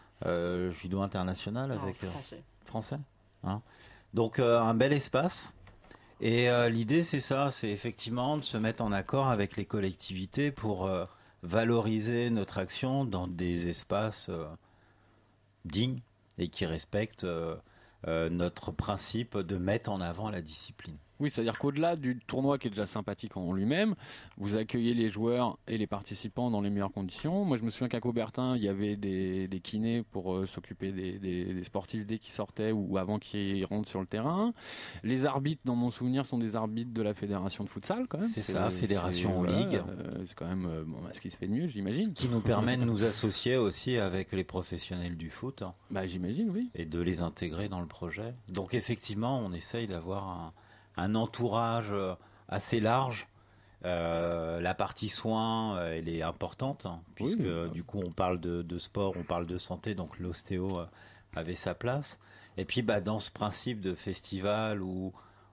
judo international avec français. Donc un bel espace. Et l'idée c'est ça, c'est effectivement de se mettre en accord avec les collectivités pour valoriser notre action dans des espaces dignes et qui respectent notre principe de mettre en avant la discipline. Oui, c'est-à-dire qu'au-delà du tournoi qui est déjà sympathique en lui-même, vous accueillez les joueurs et les participants dans les meilleures conditions. Moi, je me souviens qu'à Coubertin, il y avait des kinés pour s'occuper des sportifs dès qu'ils sortaient ou avant qu'ils rentrent sur le terrain. Les arbitres, dans mon souvenir, sont des arbitres de la fédération de futsal, quand même. C'est ça, fédération en ligue. C'est quand même ce qui se fait de mieux, j'imagine. Ce qui nous permet de nous associer aussi avec les professionnels du foot. J'imagine, oui. Et de les intégrer dans le projet. Donc effectivement, on essaye d'avoir un entourage assez large. La partie soins, elle est importante, puisque du coup on parle de sport, on parle de santé, donc l'ostéo avait sa place. Et puis dans ce principe de festival où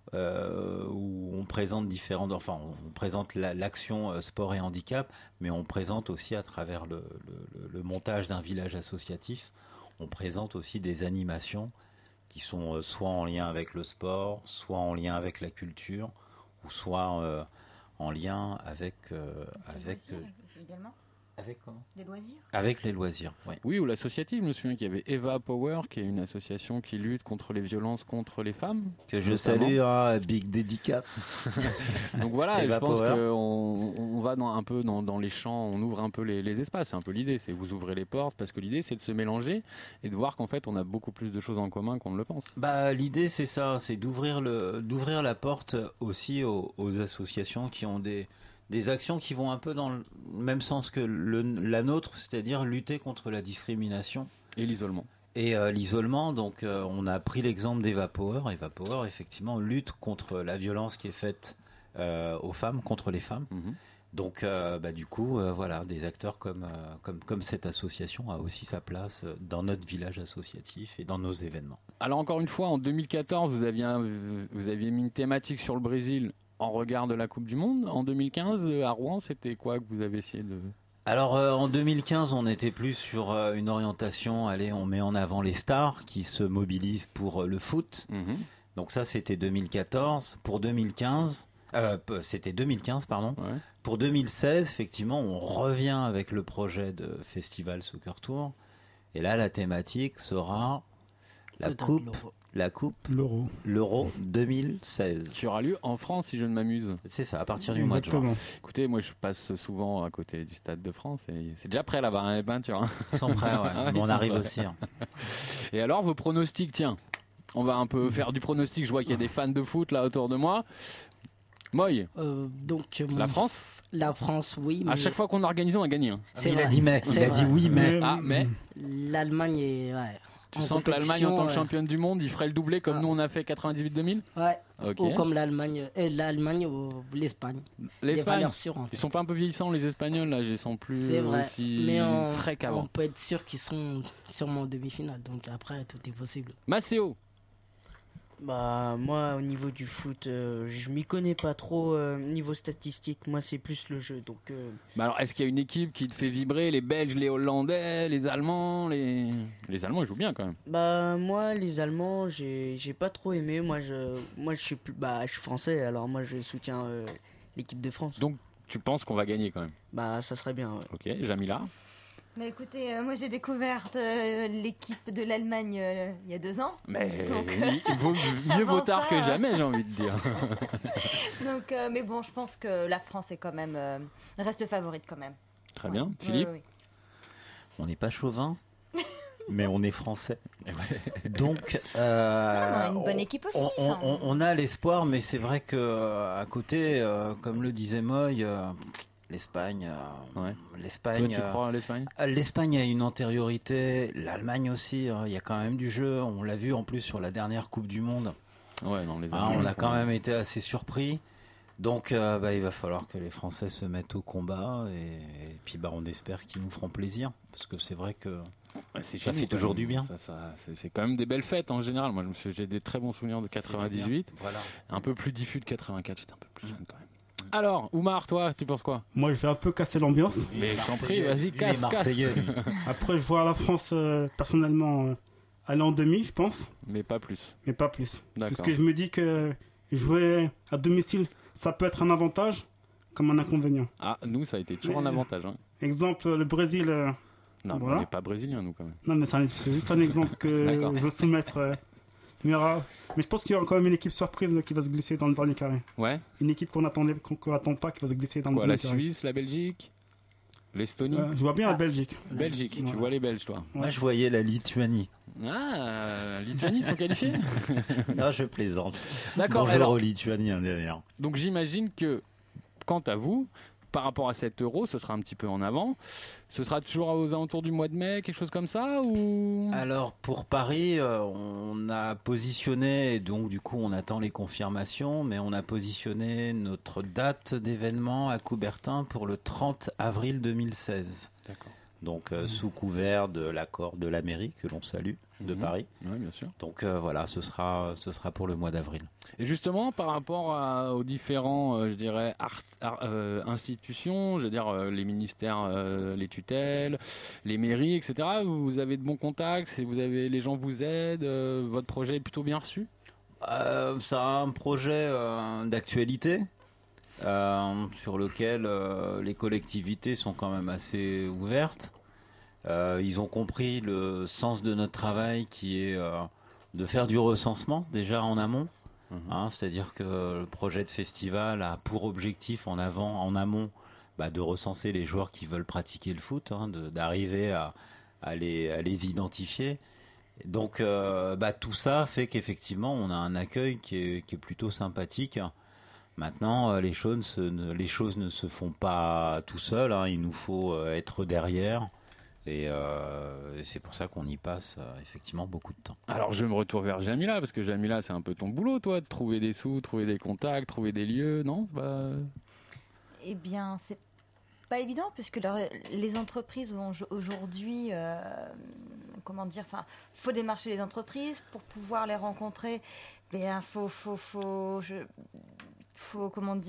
on présente on présente l'action sport et handicap, mais on présente aussi à travers le montage d'un village associatif, on présente aussi des animations qui sont soit en lien avec le sport, soit en lien avec la culture, ou soit en lien avec également. Avec comment ? Des loisirs. Avec les loisirs, oui. Oui, ou l'associative. Je me souviens qu'il y avait Eva Power, qui est une association qui lutte contre les violences contre les femmes. Que je salue, big dédicace. Donc voilà, Eva je pense Power. qu'on va un peu dans les champs, on ouvre un peu les espaces. C'est un peu l'idée, c'est vous ouvrez les portes, parce que l'idée c'est de se mélanger et de voir qu'en fait on a beaucoup plus de choses en commun qu'on ne le pense. Bah, l'idée c'est ça, c'est d'ouvrir la porte aussi aux associations qui ont des actions qui vont un peu dans le même sens que la nôtre, c'est-à-dire lutter contre la discrimination. Et l'isolement. Et l'isolement, donc on a pris l'exemple d'Eva Power. Eva Power, effectivement, lutte contre la violence qui est faite aux femmes, contre les femmes. Donc, du coup, voilà, des acteurs comme cette association a aussi sa place dans notre village associatif et dans nos événements. Alors encore une fois, en 2014, vous aviez mis une thématique sur le Brésil en regard de la Coupe du Monde. En 2015, à Rouen, c'était quoi que vous avez essayé de... Alors en 2015, on était plus sur une orientation, on met en avant les stars qui se mobilisent pour le foot. Donc ça, c'était 2014. Pour 2015, c'était 2015, pardon. Ouais. Pour 2016, effectivement, on revient avec le projet de Festival Soccer Tour. Et là, la thématique sera l'Euro 2016. Qui aura lieu en France, si je ne m'm'amuse. C'est ça, à partir du mois de juin. Écoutez, moi je passe souvent à côté du Stade de France et c'est déjà prêt là-bas, les peintures. Ils sont prêts, ouais. On arrive aussi. Et alors, vos pronostics, tiens, on va un peu faire du pronostic. Je vois qu'il y a des fans de foot là autour de moi. Moy, la France ? La France, oui. À chaque fois qu'on organise, on a gagné. Il a dit mais. Il a dit oui, mais. Ah, mais. L'Allemagne est... Ouais. Tu sens que l'Allemagne, en tant que championne du monde, il ferait le doublé comme nous on a fait 98-2000 ? Ouais. Okay. Ou comme l'Allemagne ou l'Espagne. L'Espagne, ils sont pas un peu vieillissants les Espagnols là, je les sens plus aussi frais qu'avant. On peut être sûr qu'ils sont sûrement en demi-finale, donc après tout est possible. Maceo. Bah moi au niveau du foot, je m'y connais pas trop niveau statistique. Moi c'est plus le jeu. Donc. Bah alors est-ce qu'il y a une équipe qui te fait vibrer, les Belges, les Hollandais, les Allemands, les Allemands ils jouent bien quand même. Bah moi les Allemands j'ai pas trop aimé. Moi je suis plus je suis français alors moi je soutiens l'équipe de France. Donc tu penses qu'on va gagner quand même? Bah ça serait bien. Ouais. Ok, Jamila. Mais écoutez, moi j'ai découvert l'équipe de l'Allemagne il y a 2 ans. Mais il vaut mieux vaut tard que jamais, j'ai envie de dire. Donc, mais bon, je pense que la France est quand même reste favorite quand même. Très bien, Philippe. Oui. On n'est pas chauvin, mais on est français. Donc, on a une bonne équipe aussi. On a l'espoir, mais c'est vrai que à côté, comme le disait Moy. L'Espagne, Toi, tu crois à l'Espagne ? L'Espagne a une antériorité, l'Allemagne aussi. Il y a quand même du jeu. On l'a vu en plus sur la dernière Coupe du Monde. Ouais, non, on a quand même été assez surpris. Donc, il va falloir que les Français se mettent au combat et puis on espère qu'ils nous feront plaisir parce que c'est vrai que ça fait toujours du bien. C'est quand même des belles fêtes en général. Moi, j'ai des très bons souvenirs de 98. Voilà. Un peu plus diffus de 84. J'étais un peu plus jeune quand même. Alors, Oumar, toi, tu penses quoi ? Moi, je vais un peu casser l'ambiance. Mais je t'en prie, vas-y, casse. Après, je vois la France, personnellement, aller en demi, je pense. Mais pas plus. D'accord. Parce que je me dis que jouer à domicile, ça peut être un avantage comme un inconvénient. Ah, nous, ça a été toujours un avantage. Hein. Exemple, le Brésil... non, voilà. On n'est pas brésilien, nous, quand même. Non, mais c'est juste un exemple que je veux soumettre... Mais je pense qu'il y aura quand même une équipe surprise qui va se glisser dans le dernier carré. Ouais. Une équipe qu'on n'attend pas qui va se glisser dans le dernier carré. La Suisse, la Belgique, l'Estonie. Je vois bien la Belgique. Belgique, tu vois les Belges, toi. Moi, je voyais la Lituanie. Ah, Lituanie sont qualifiés. Non, je plaisante. D'accord. Bonjour aux Lituaniens derrière. Donc j'imagine que, quant à vous, par rapport à cet euro, ce sera un petit peu en avant. Ce sera toujours aux alentours du mois de mai, quelque chose comme ça ou... Alors pour Paris, on a positionné, donc du coup on attend les confirmations, mais on a positionné notre date d'événement à Coubertin pour le 30 avril 2016. D'accord. Donc sous couvert de l'accord de la mairie que l'on salue. de Paris. Oui, bien sûr. Donc voilà, ce sera pour le mois d'avril. Et justement, par rapport aux différents, je dirais, institutions, je veux dire les ministères, les tutelles, les mairies, etc., vous avez de bons contacts, les gens vous aident, votre projet est plutôt bien reçu ? Ça a un projet d'actualité sur lequel les collectivités sont quand même assez ouvertes. Ils ont compris le sens de notre travail qui est de faire du recensement déjà en amont. C'est-à-dire que le projet de festival a pour objectif en amont de recenser les joueurs qui veulent pratiquer le foot, d'arriver à les identifier. Donc tout ça fait qu'effectivement on a un accueil qui est plutôt sympathique. Maintenant les choses ne se font pas tout seul, il nous faut être derrière. Et c'est pour ça qu'on y passe effectivement beaucoup de temps. Alors je me retourne vers Jamila, parce que Jamila, c'est un peu ton boulot, toi, de trouver des sous, trouver des contacts, trouver des lieux, non ? Eh bien, c'est pas évident, puisque les entreprises aujourd'hui, faut démarcher les entreprises pour pouvoir les rencontrer. Faut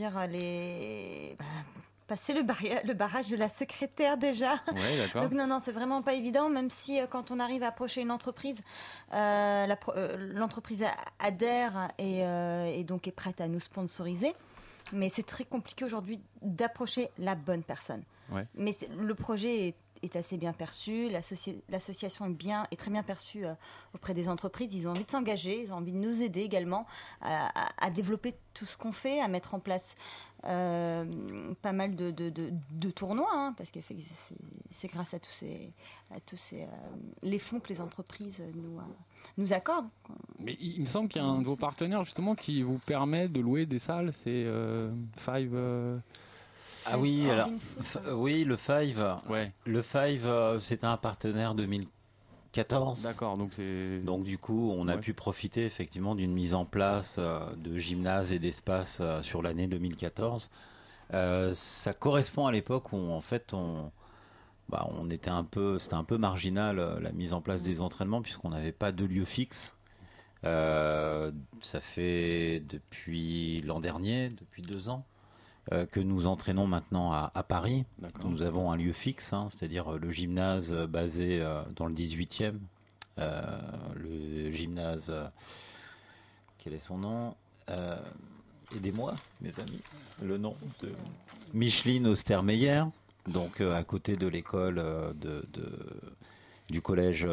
passer le barrage de la secrétaire déjà. Ouais, d'accord. Donc non, c'est vraiment pas évident, même si quand on arrive à approcher une entreprise, l'entreprise adhère et donc est prête à nous sponsoriser. Mais c'est très compliqué aujourd'hui d'approcher la bonne personne. Ouais. Mais le projet est assez bien perçu, l'association est très bien perçue auprès des entreprises. Ils ont envie de s'engager, ils ont envie de nous aider également à développer tout ce qu'on fait, à mettre en place pas mal de tournois, parce que c'est grâce à tous ces les fonds que les entreprises nous accordent. Mais il me semble qu'il y a un de vos partenaires justement qui vous permet de louer des salles, c'est Five. Ah oui, alors oui, le Five. Ouais. Le Five, c'est un partenaire 2014. D'accord, donc du coup, on a pu profiter effectivement d'une mise en place de gymnases et d'espaces sur l'année 2014. Ça correspond à l'époque où en fait c'était un peu marginal la mise en place des entraînements puisqu'on n'avait pas de lieu fixe. Ça fait depuis l'an dernier, depuis 2 ans. Que nous entraînons maintenant à Paris. D'accord. Nous avons un lieu fixe, c'est-à-dire le gymnase basé dans le 18e. Le gymnase... quel est son nom ? Aidez-moi, mes amis. Le nom de Micheline Ostermeyer, donc à côté de l'école du collège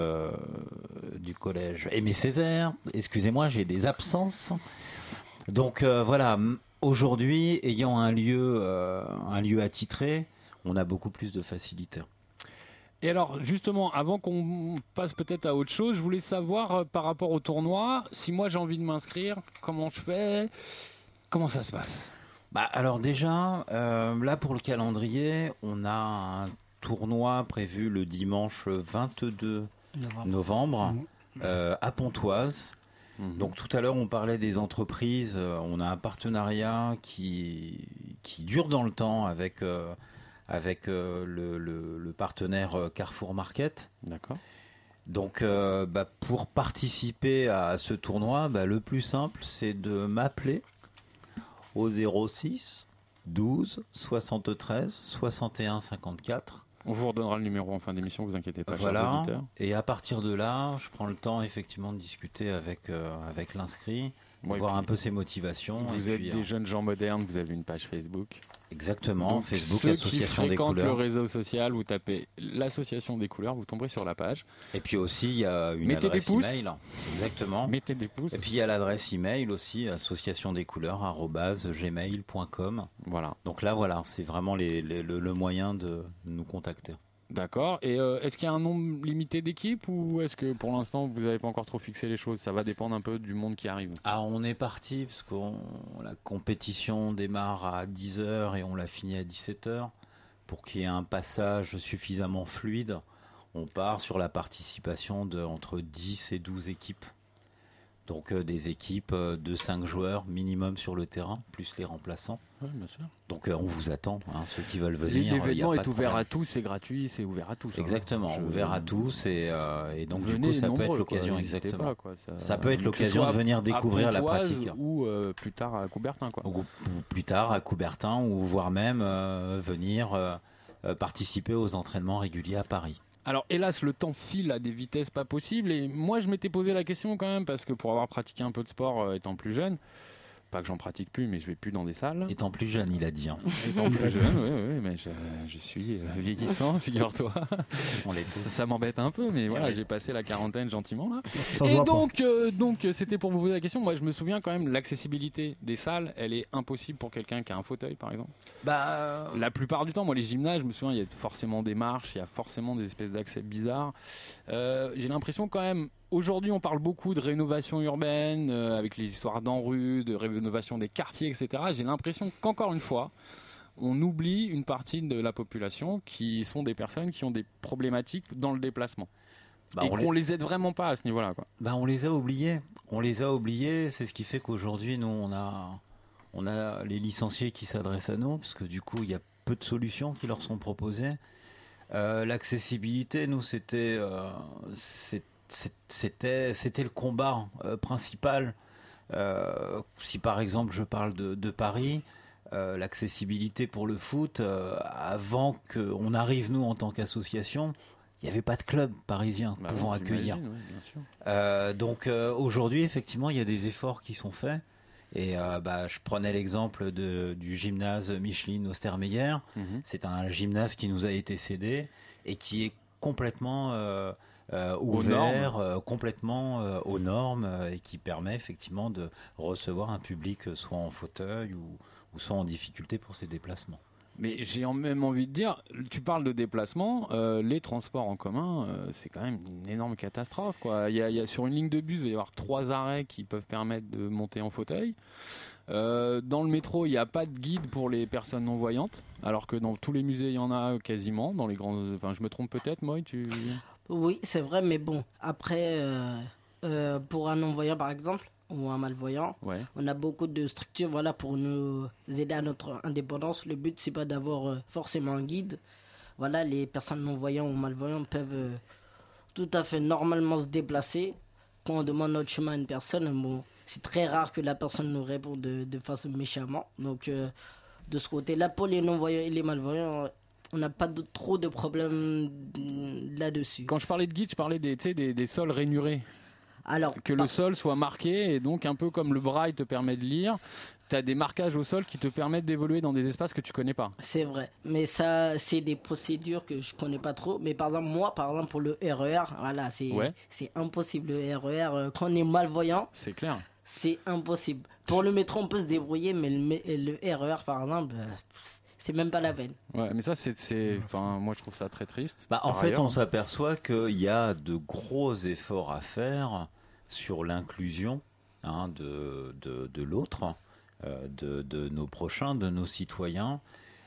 Aimé Césaire. Excusez-moi, j'ai des absences. Donc voilà... Aujourd'hui, ayant un lieu attitré, on a beaucoup plus de facilité. Et alors, justement, avant qu'on passe peut-être à autre chose, je voulais savoir par rapport au tournoi, si moi j'ai envie de m'inscrire, comment je fais ? Comment ça se passe ? Alors déjà, là pour le calendrier, on a un tournoi prévu le dimanche 22 novembre à Pontoise. Donc tout à l'heure on parlait des entreprises, on a un partenariat qui dure dans le temps avec le partenaire Carrefour Market. D'accord. Donc pour participer à ce tournoi, le plus simple c'est de m'appeler au 06 12 73 61 54. On vous redonnera le numéro en fin d'émission, vous inquiétez pas. Voilà. Et à partir de là, je prends le temps effectivement de discuter avec l'inscrit, de voir un peu ses motivations. Vous êtes des jeunes gens modernes, vous avez une page Facebook. Exactement, donc, Facebook, Association des Couleurs. Ceux qui fréquentent le réseau social, vous tapez l'Association des Couleurs, vous tomberez sur la page. Et puis aussi, il y a une adresse email. Exactement. Mettez des pouces. Et puis il y a l'adresse email aussi, associationdescouleurs@gmail.com. Voilà. Donc là, c'est vraiment le moyen de nous contacter. D'accord. Et est-ce qu'il y a un nombre limité d'équipes ou est-ce que pour l'instant vous n'avez pas encore trop fixé les choses ? Ça va dépendre un peu du monde qui arrive. On est parti parce que la compétition démarre à 10h et on la finit à 17h. Pour qu'il y ait un passage suffisamment fluide, on part sur la participation entre 10 et 12 équipes. Donc des équipes de 5 joueurs minimum sur le terrain, plus les remplaçants. Oui, bien sûr. Donc on vous attend, ceux qui veulent venir. L'événement est ouvert à tous, c'est gratuit, c'est ouvert à tous. Exactement, ouvert à tous et donc venez du coup ça nombreux, peut être l'occasion exactement. Ça peut être l'occasion de venir découvrir la pratique. Ou plus tard à Coubertin Ou plus tard à Coubertin ou voire même venir participer aux entraînements réguliers à Paris. Alors hélas le temps file à des vitesses pas possibles et moi je m'étais posé la question quand même parce que pour avoir pratiqué un peu de sport étant plus jeune, pas que j'en pratique plus mais je vais plus dans des salles. Étant plus jeune il a dit. Étant plus jeune, oui mais je suis vieillissant figure-toi. Ça m'embête un peu mais voilà j'ai passé la quarantaine gentiment là. Et donc c'était pour vous poser la question, moi je me souviens quand même l'accessibilité des salles elle est impossible pour quelqu'un qui a un fauteuil par exemple. La plupart du temps moi les gymnases je me souviens il y a forcément des marches, il y a forcément des espèces d'accès bizarres. J'ai l'impression quand même aujourd'hui, on parle beaucoup de rénovation urbaine, avec les histoires d'ANRU, de rénovation des quartiers, etc. J'ai l'impression qu'encore une fois, on oublie une partie de la population qui sont des personnes qui ont des problématiques dans le déplacement. Et qu'on les aide vraiment pas à ce niveau-là, quoi. On les a oubliés. C'est ce qui fait qu'aujourd'hui, nous, on a les licenciés qui s'adressent à nous, parce que du coup, il y a peu de solutions qui leur sont proposées. L'accessibilité, nous, c'était le combat principal. Si par exemple je parle de Paris, l'accessibilité pour le foot, avant qu'on arrive nous en tant qu'association, il n'y avait pas de club parisien pouvant accueillir. Donc aujourd'hui effectivement il y a des efforts qui sont faits. Et je prenais l'exemple du gymnase Micheline Ostermeyer. C'est un gymnase qui nous a été cédé et qui est complètement ouvert, complètement aux normes et qui permet effectivement de recevoir un public soit en fauteuil ou soit en difficulté pour ses déplacements. Mais j'ai même envie de dire, tu parles de déplacement, les transports en commun, c'est quand même une énorme catastrophe, quoi. Il y a sur une ligne de bus, il va y avoir 3 arrêts qui peuvent permettre de monter en fauteuil. Dans le métro, il n'y a pas de guide pour les personnes non-voyantes, alors que dans tous les musées, il y en a quasiment. Dans les grands, enfin, je me trompe peut-être, Moï, Oui, c'est vrai, mais bon, après, pour un non-voyant, par exemple, ou un malvoyant, on a beaucoup de structures pour nous aider à notre indépendance. Le but, c'est pas d'avoir forcément un guide. Voilà, les personnes non-voyantes ou malvoyantes peuvent tout à fait normalement se déplacer. Quand on demande notre chemin à une personne, c'est très rare que la personne nous réponde de façon méchamment. Donc, de ce côté-là, pour les non-voyants et les malvoyants, on n'a pas trop de problèmes là-dessus. Quand je parlais de guide, je parlais des sols rainurés. Alors, que le sol soit marqué, et donc un peu comme le braille te permet de lire, tu as des marquages au sol qui te permettent d'évoluer dans des espaces que tu connais pas. C'est vrai, mais ça, c'est des procédures que je connais pas trop. Mais par exemple, moi, pour le RER, voilà, c'est impossible. Le RER, quand on est malvoyant, c'est clair. C'est impossible. Pour le métro, on peut se débrouiller, mais le RER, par exemple, c'est même pas la peine. Ouais, mais ça, moi, je trouve ça très triste. En fait, on s'aperçoit qu'il y a de gros efforts à faire sur l'inclusion de l'autre, de nos prochains, de nos citoyens.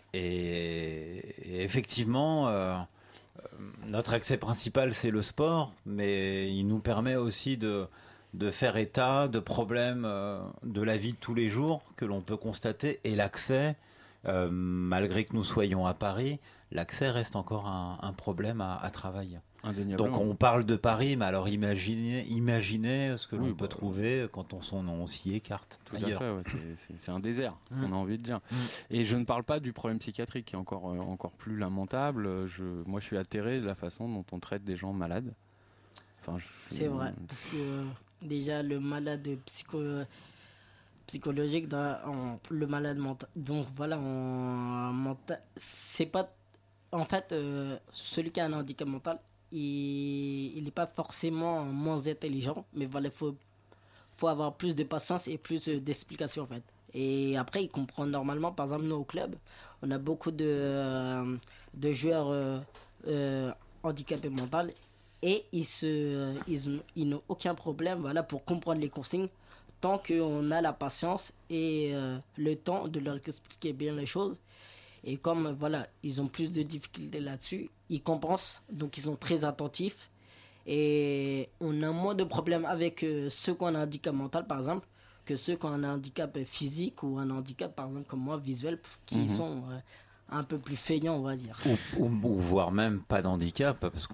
Et effectivement, notre accès principal, c'est le sport, mais il nous permet aussi de faire état de problèmes de la vie de tous les jours que l'on peut constater. Et l'accès, malgré que nous soyons à Paris, l'accès reste encore un problème à travailler. Donc on parle de Paris, mais alors imaginez ce que l'on peut trouver quand on s'y écarte ailleurs. Tout à fait, c'est un désert, on a envie de dire. Et je ne parle pas du problème psychiatrique qui est encore plus lamentable. Moi je suis atterré de la façon dont on traite des gens malades. C'est vrai, parce que déjà le malade psychologique, le malade mental, donc voilà, mental, c'est pas, en fait, celui qui a un handicap mental, il n'est pas forcément moins intelligent, mais voilà, il faut avoir plus de patience et plus d'explication en fait. Et après, il comprend normalement. Par exemple, nous au club, on a beaucoup de joueurs handicapés mentaux et ils n'ont aucun problème, pour comprendre les consignes, tant qu'on a la patience et le temps de leur expliquer bien les choses. Et comme ils ont plus de difficultés là-dessus, ils compensent, donc ils sont très attentifs. Et on a moins de problèmes avec ceux qui ont un handicap mental, par exemple, que ceux qui ont un handicap physique ou un handicap, par exemple, comme moi, visuel, qui sont un peu plus feignants, on va dire. Ou voire même pas d'handicap, parce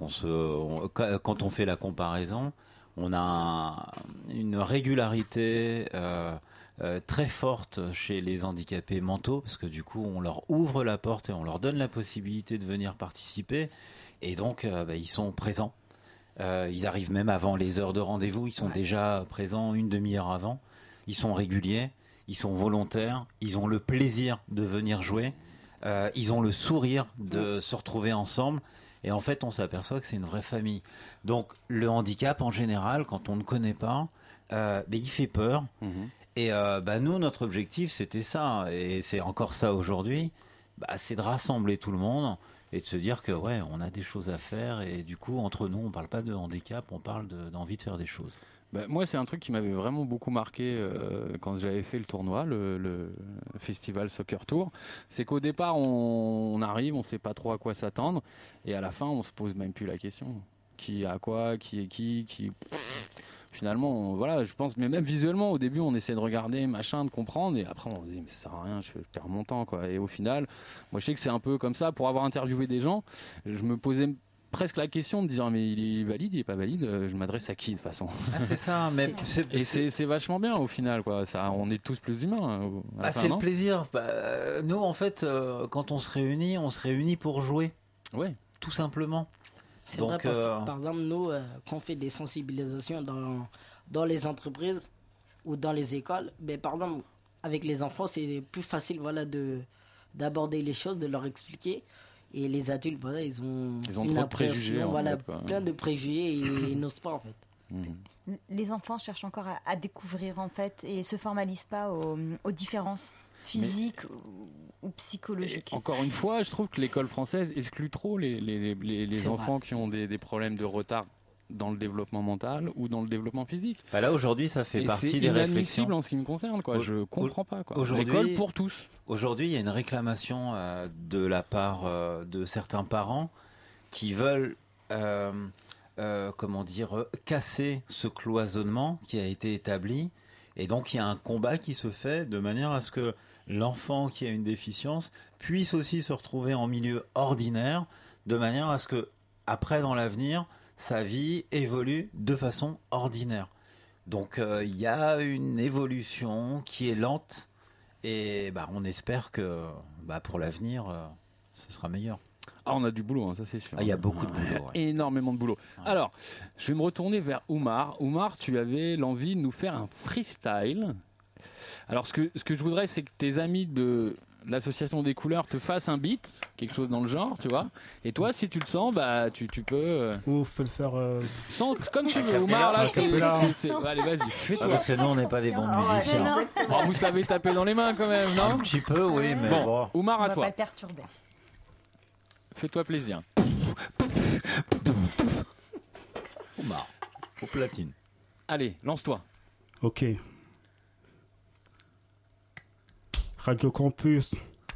quand on fait la comparaison, on a une régularité très forte chez les handicapés mentaux, parce que du coup, on leur ouvre la porte et on leur donne la possibilité de venir participer, et donc ils sont présents. Ils arrivent même avant les heures de rendez-vous, ils sont déjà présents une demi-heure avant. Ils sont réguliers, ils sont volontaires, ils ont le plaisir de venir jouer, ils ont le sourire de se retrouver ensemble. Et en fait, on s'aperçoit que c'est une vraie famille. Donc, le handicap, en général, quand on ne connaît pas, il fait peur. Et nous, notre objectif, c'était ça. Et c'est encore ça aujourd'hui. C'est de rassembler tout le monde et de se dire que, on a des choses à faire. Et du coup, entre nous, on ne parle pas de handicap, on parle d'envie de faire des choses. Moi, c'est un truc qui m'avait vraiment beaucoup marqué quand j'avais fait le tournoi, le Festival Soccer Tour. C'est qu'au départ, on arrive, on ne sait pas trop à quoi s'attendre. Et à la fin, on ne se pose même plus la question. Qui a quoi, qui est qui... Finalement, je pense, mais même visuellement, au début, on essaie de regarder, machin, de comprendre. Et après, on se dit, mais ça sert à rien, je perds mon temps, quoi. Et au final, moi, je sais que c'est un peu comme ça. Pour avoir interviewé des gens, je me posais presque la question de dire mais il est valide, il est pas valide, je m'adresse à qui de toute façon. C'est ça, mais c'est vachement bien au final, quoi. Ça, on est tous plus humains. C'est le plaisir. Nous en fait, quand on se réunit pour jouer. Ouais. Tout simplement. C'est vrai parce que, par exemple, nous quand on fait des sensibilisations dans les entreprises ou dans les écoles, par exemple avec les enfants c'est plus facile d'aborder les choses, de leur expliquer. Et les adultes, ils ont une impression, plein de préjugés et ils n'osent pas en fait. Les enfants cherchent encore à découvrir en fait et se formalisent pas aux différences physiques ou psychologiques. Et encore une fois, je trouve que l'école française exclut trop les enfants qui ont des problèmes de retard dans le développement mental ou dans le développement physique. Là aujourd'hui, ça fait partie des réflexions. C'est inadmissible en ce qui me concerne, quoi. Je comprends pas, quoi. L'école pour tous. Aujourd'hui, il y a une réclamation de la part de certains parents qui veulent, casser ce cloisonnement qui a été établi. Et donc, il y a un combat qui se fait de manière à ce que l'enfant qui a une déficience puisse aussi se retrouver en milieu ordinaire, de manière à ce que, après, dans l'avenir, sa vie évolue de façon ordinaire. Donc il y a une évolution qui est lente et on espère que pour l'avenir ce sera meilleur. On a du boulot, ça c'est sûr. Il y a beaucoup de boulot. Énormément de boulot. Ouais. Alors, je vais me retourner vers Oumar. Oumar, tu avais l'envie de nous faire un freestyle. Alors ce que je voudrais, c'est que tes amis de l'association des couleurs te fasse un beat, quelque chose dans le genre, tu vois. Et toi, si tu le sens, tu peux. Ou je peux le faire. Comme tu veux, Oumar. Là, allez, vas-y, fais-toi. Parce que nous, on n'est pas des bons musiciens. Vous savez taper dans les mains quand même, non ? Un petit peu, oui, mais bon. Oumar, à toi. On va pas perturber. Fais-toi plaisir. Oumar, au platine. Allez, lance-toi. Ok. Radio Campus.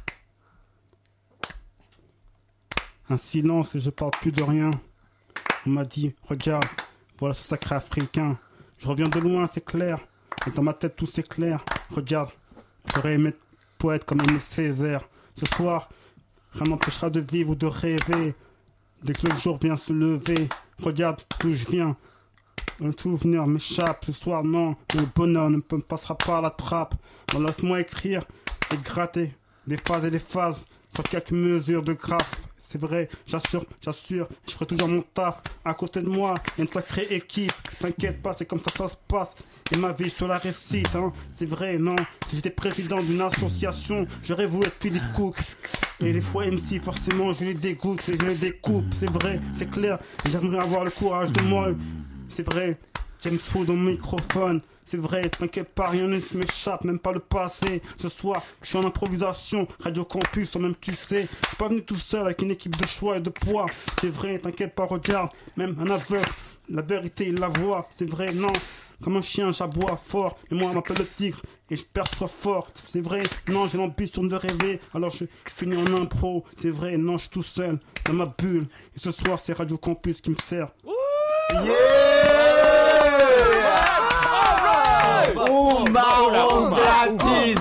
Un silence et je parle plus de rien. On m'a dit, regarde, voilà ce sacré africain. Je reviens de loin, c'est clair. Et dans ma tête, tout c'est clair. Regarde, j'aurais aimé être poète comme Aimé Césaire. Ce soir, rien m'empêchera de vivre ou de rêver. Dès que le jour vient se lever, regarde d'où je viens. Un souvenir m'échappe ce soir, non. Le bonheur ne me passera pas à la trappe. Alors laisse-moi écrire et gratter des phases et des phases sur quelques mesures de graphe. C'est vrai, j'assure, je ferai toujours mon taf. À côté de moi, il y a une sacrée équipe. T'inquiète pas, c'est comme ça que ça se passe. Et ma vie sur la récite, hein. C'est vrai, non. Si j'étais président d'une association, j'aurais voulu être Philippe Cook. Et les fois MC, forcément, je les dégoûte et je les découpe. C'est vrai, c'est clair. J'aimerais avoir le courage de moi. C'est vrai, j'aime fou dans mon microphone. C'est vrai, t'inquiète pas, rien ne m'échappe, même pas le passé. Ce soir, je suis en improvisation, Radio Campus, même tu sais. Je suis pas venu tout seul avec une équipe de choix et de poids. C'est vrai, t'inquiète pas, regarde, même un aveugle, la vérité, il la voit. C'est vrai, non, comme un chien, j'aboie fort. Et moi, on m'appelle le tigre, et je perçois fort. C'est vrai, non, j'ai l'ambition de rêver. Alors je finis en impro. C'est vrai, non, je suis tout seul, dans ma bulle. Et ce soir, c'est Radio Campus qui me sert. Oh, marron platine.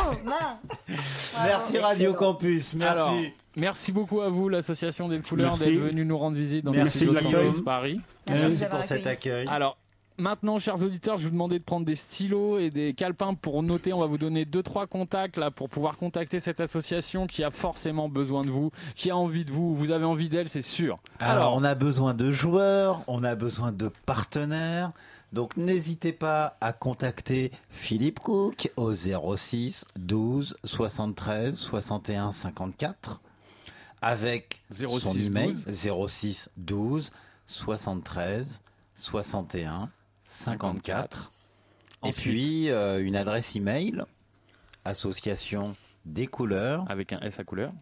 Merci Bravo. Radio Campus, merci. Alors, merci beaucoup à vous, l'association des couleurs, Merci. d'être venu nous rendre visite dans Merci le de studio de Campus Paris. Merci pour cet accueil. Alors, maintenant, chers auditeurs, je vais vous demander de prendre des stylos et des calepins pour noter. On va vous donner 2-3 contacts là pour pouvoir contacter cette association qui a forcément besoin de vous, qui a envie de vous. Vous avez envie d'elle, c'est sûr. Alors, on a besoin de joueurs, on a besoin de partenaires. Donc, n'hésitez pas à contacter Philippe Cook au 06 12 73 61 54 avec 06 son email 06 12 73 61 54. Et Ensuite, puis, une adresse email association des couleurs avec un S à couleur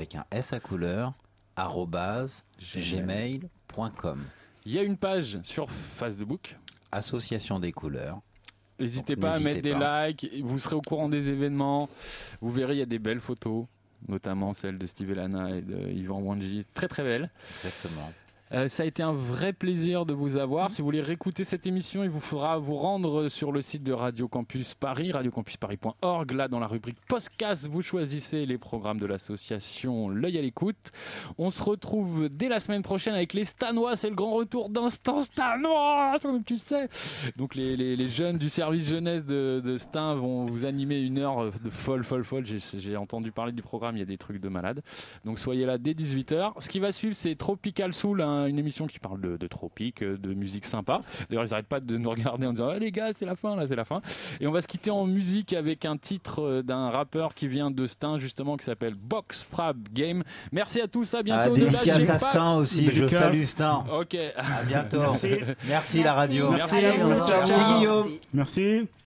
@gmail.com. Il y a une page sur Facebook. Association des couleurs. N'hésitez Donc, pas à n'hésitez mettre des pas. likes, vous serez au courant des événements. Vous verrez, il y a des belles photos, notamment celle de Steve Elana et de Yvan Wanji. Très très belle. Exactement. Ça a été un vrai plaisir de vous avoir. Si vous voulez réécouter cette émission, il vous faudra vous rendre sur le site de Radio Campus Paris, radiocampusparis.org. Là, dans la rubrique podcast, vous choisissez les programmes de l'association L'œil à l'écoute. On se retrouve dès la semaine prochaine avec les Stanois. C'est le grand retour d'Instant Stanois, comme tu sais. Donc les jeunes du service jeunesse de Stein vont vous animer une heure de folle. J'ai entendu parler du programme, il y a des trucs de malade. Donc soyez là dès 18h. Ce qui va suivre, c'est Tropical Soul, une émission qui parle de tropique, de musique sympa. D'ailleurs, ils n'arrêtent pas de nous regarder en disant les gars, c'est la fin, là, c'est la fin. Et on va se quitter en musique avec un titre d'un rappeur qui vient de Stein, justement, qui s'appelle Box Frap Game. Merci à tous, à bientôt. Dédicace à Stein aussi, Dédicace. je salue Stein. Ok. À bientôt. Merci la radio. Merci Guillaume. Merci.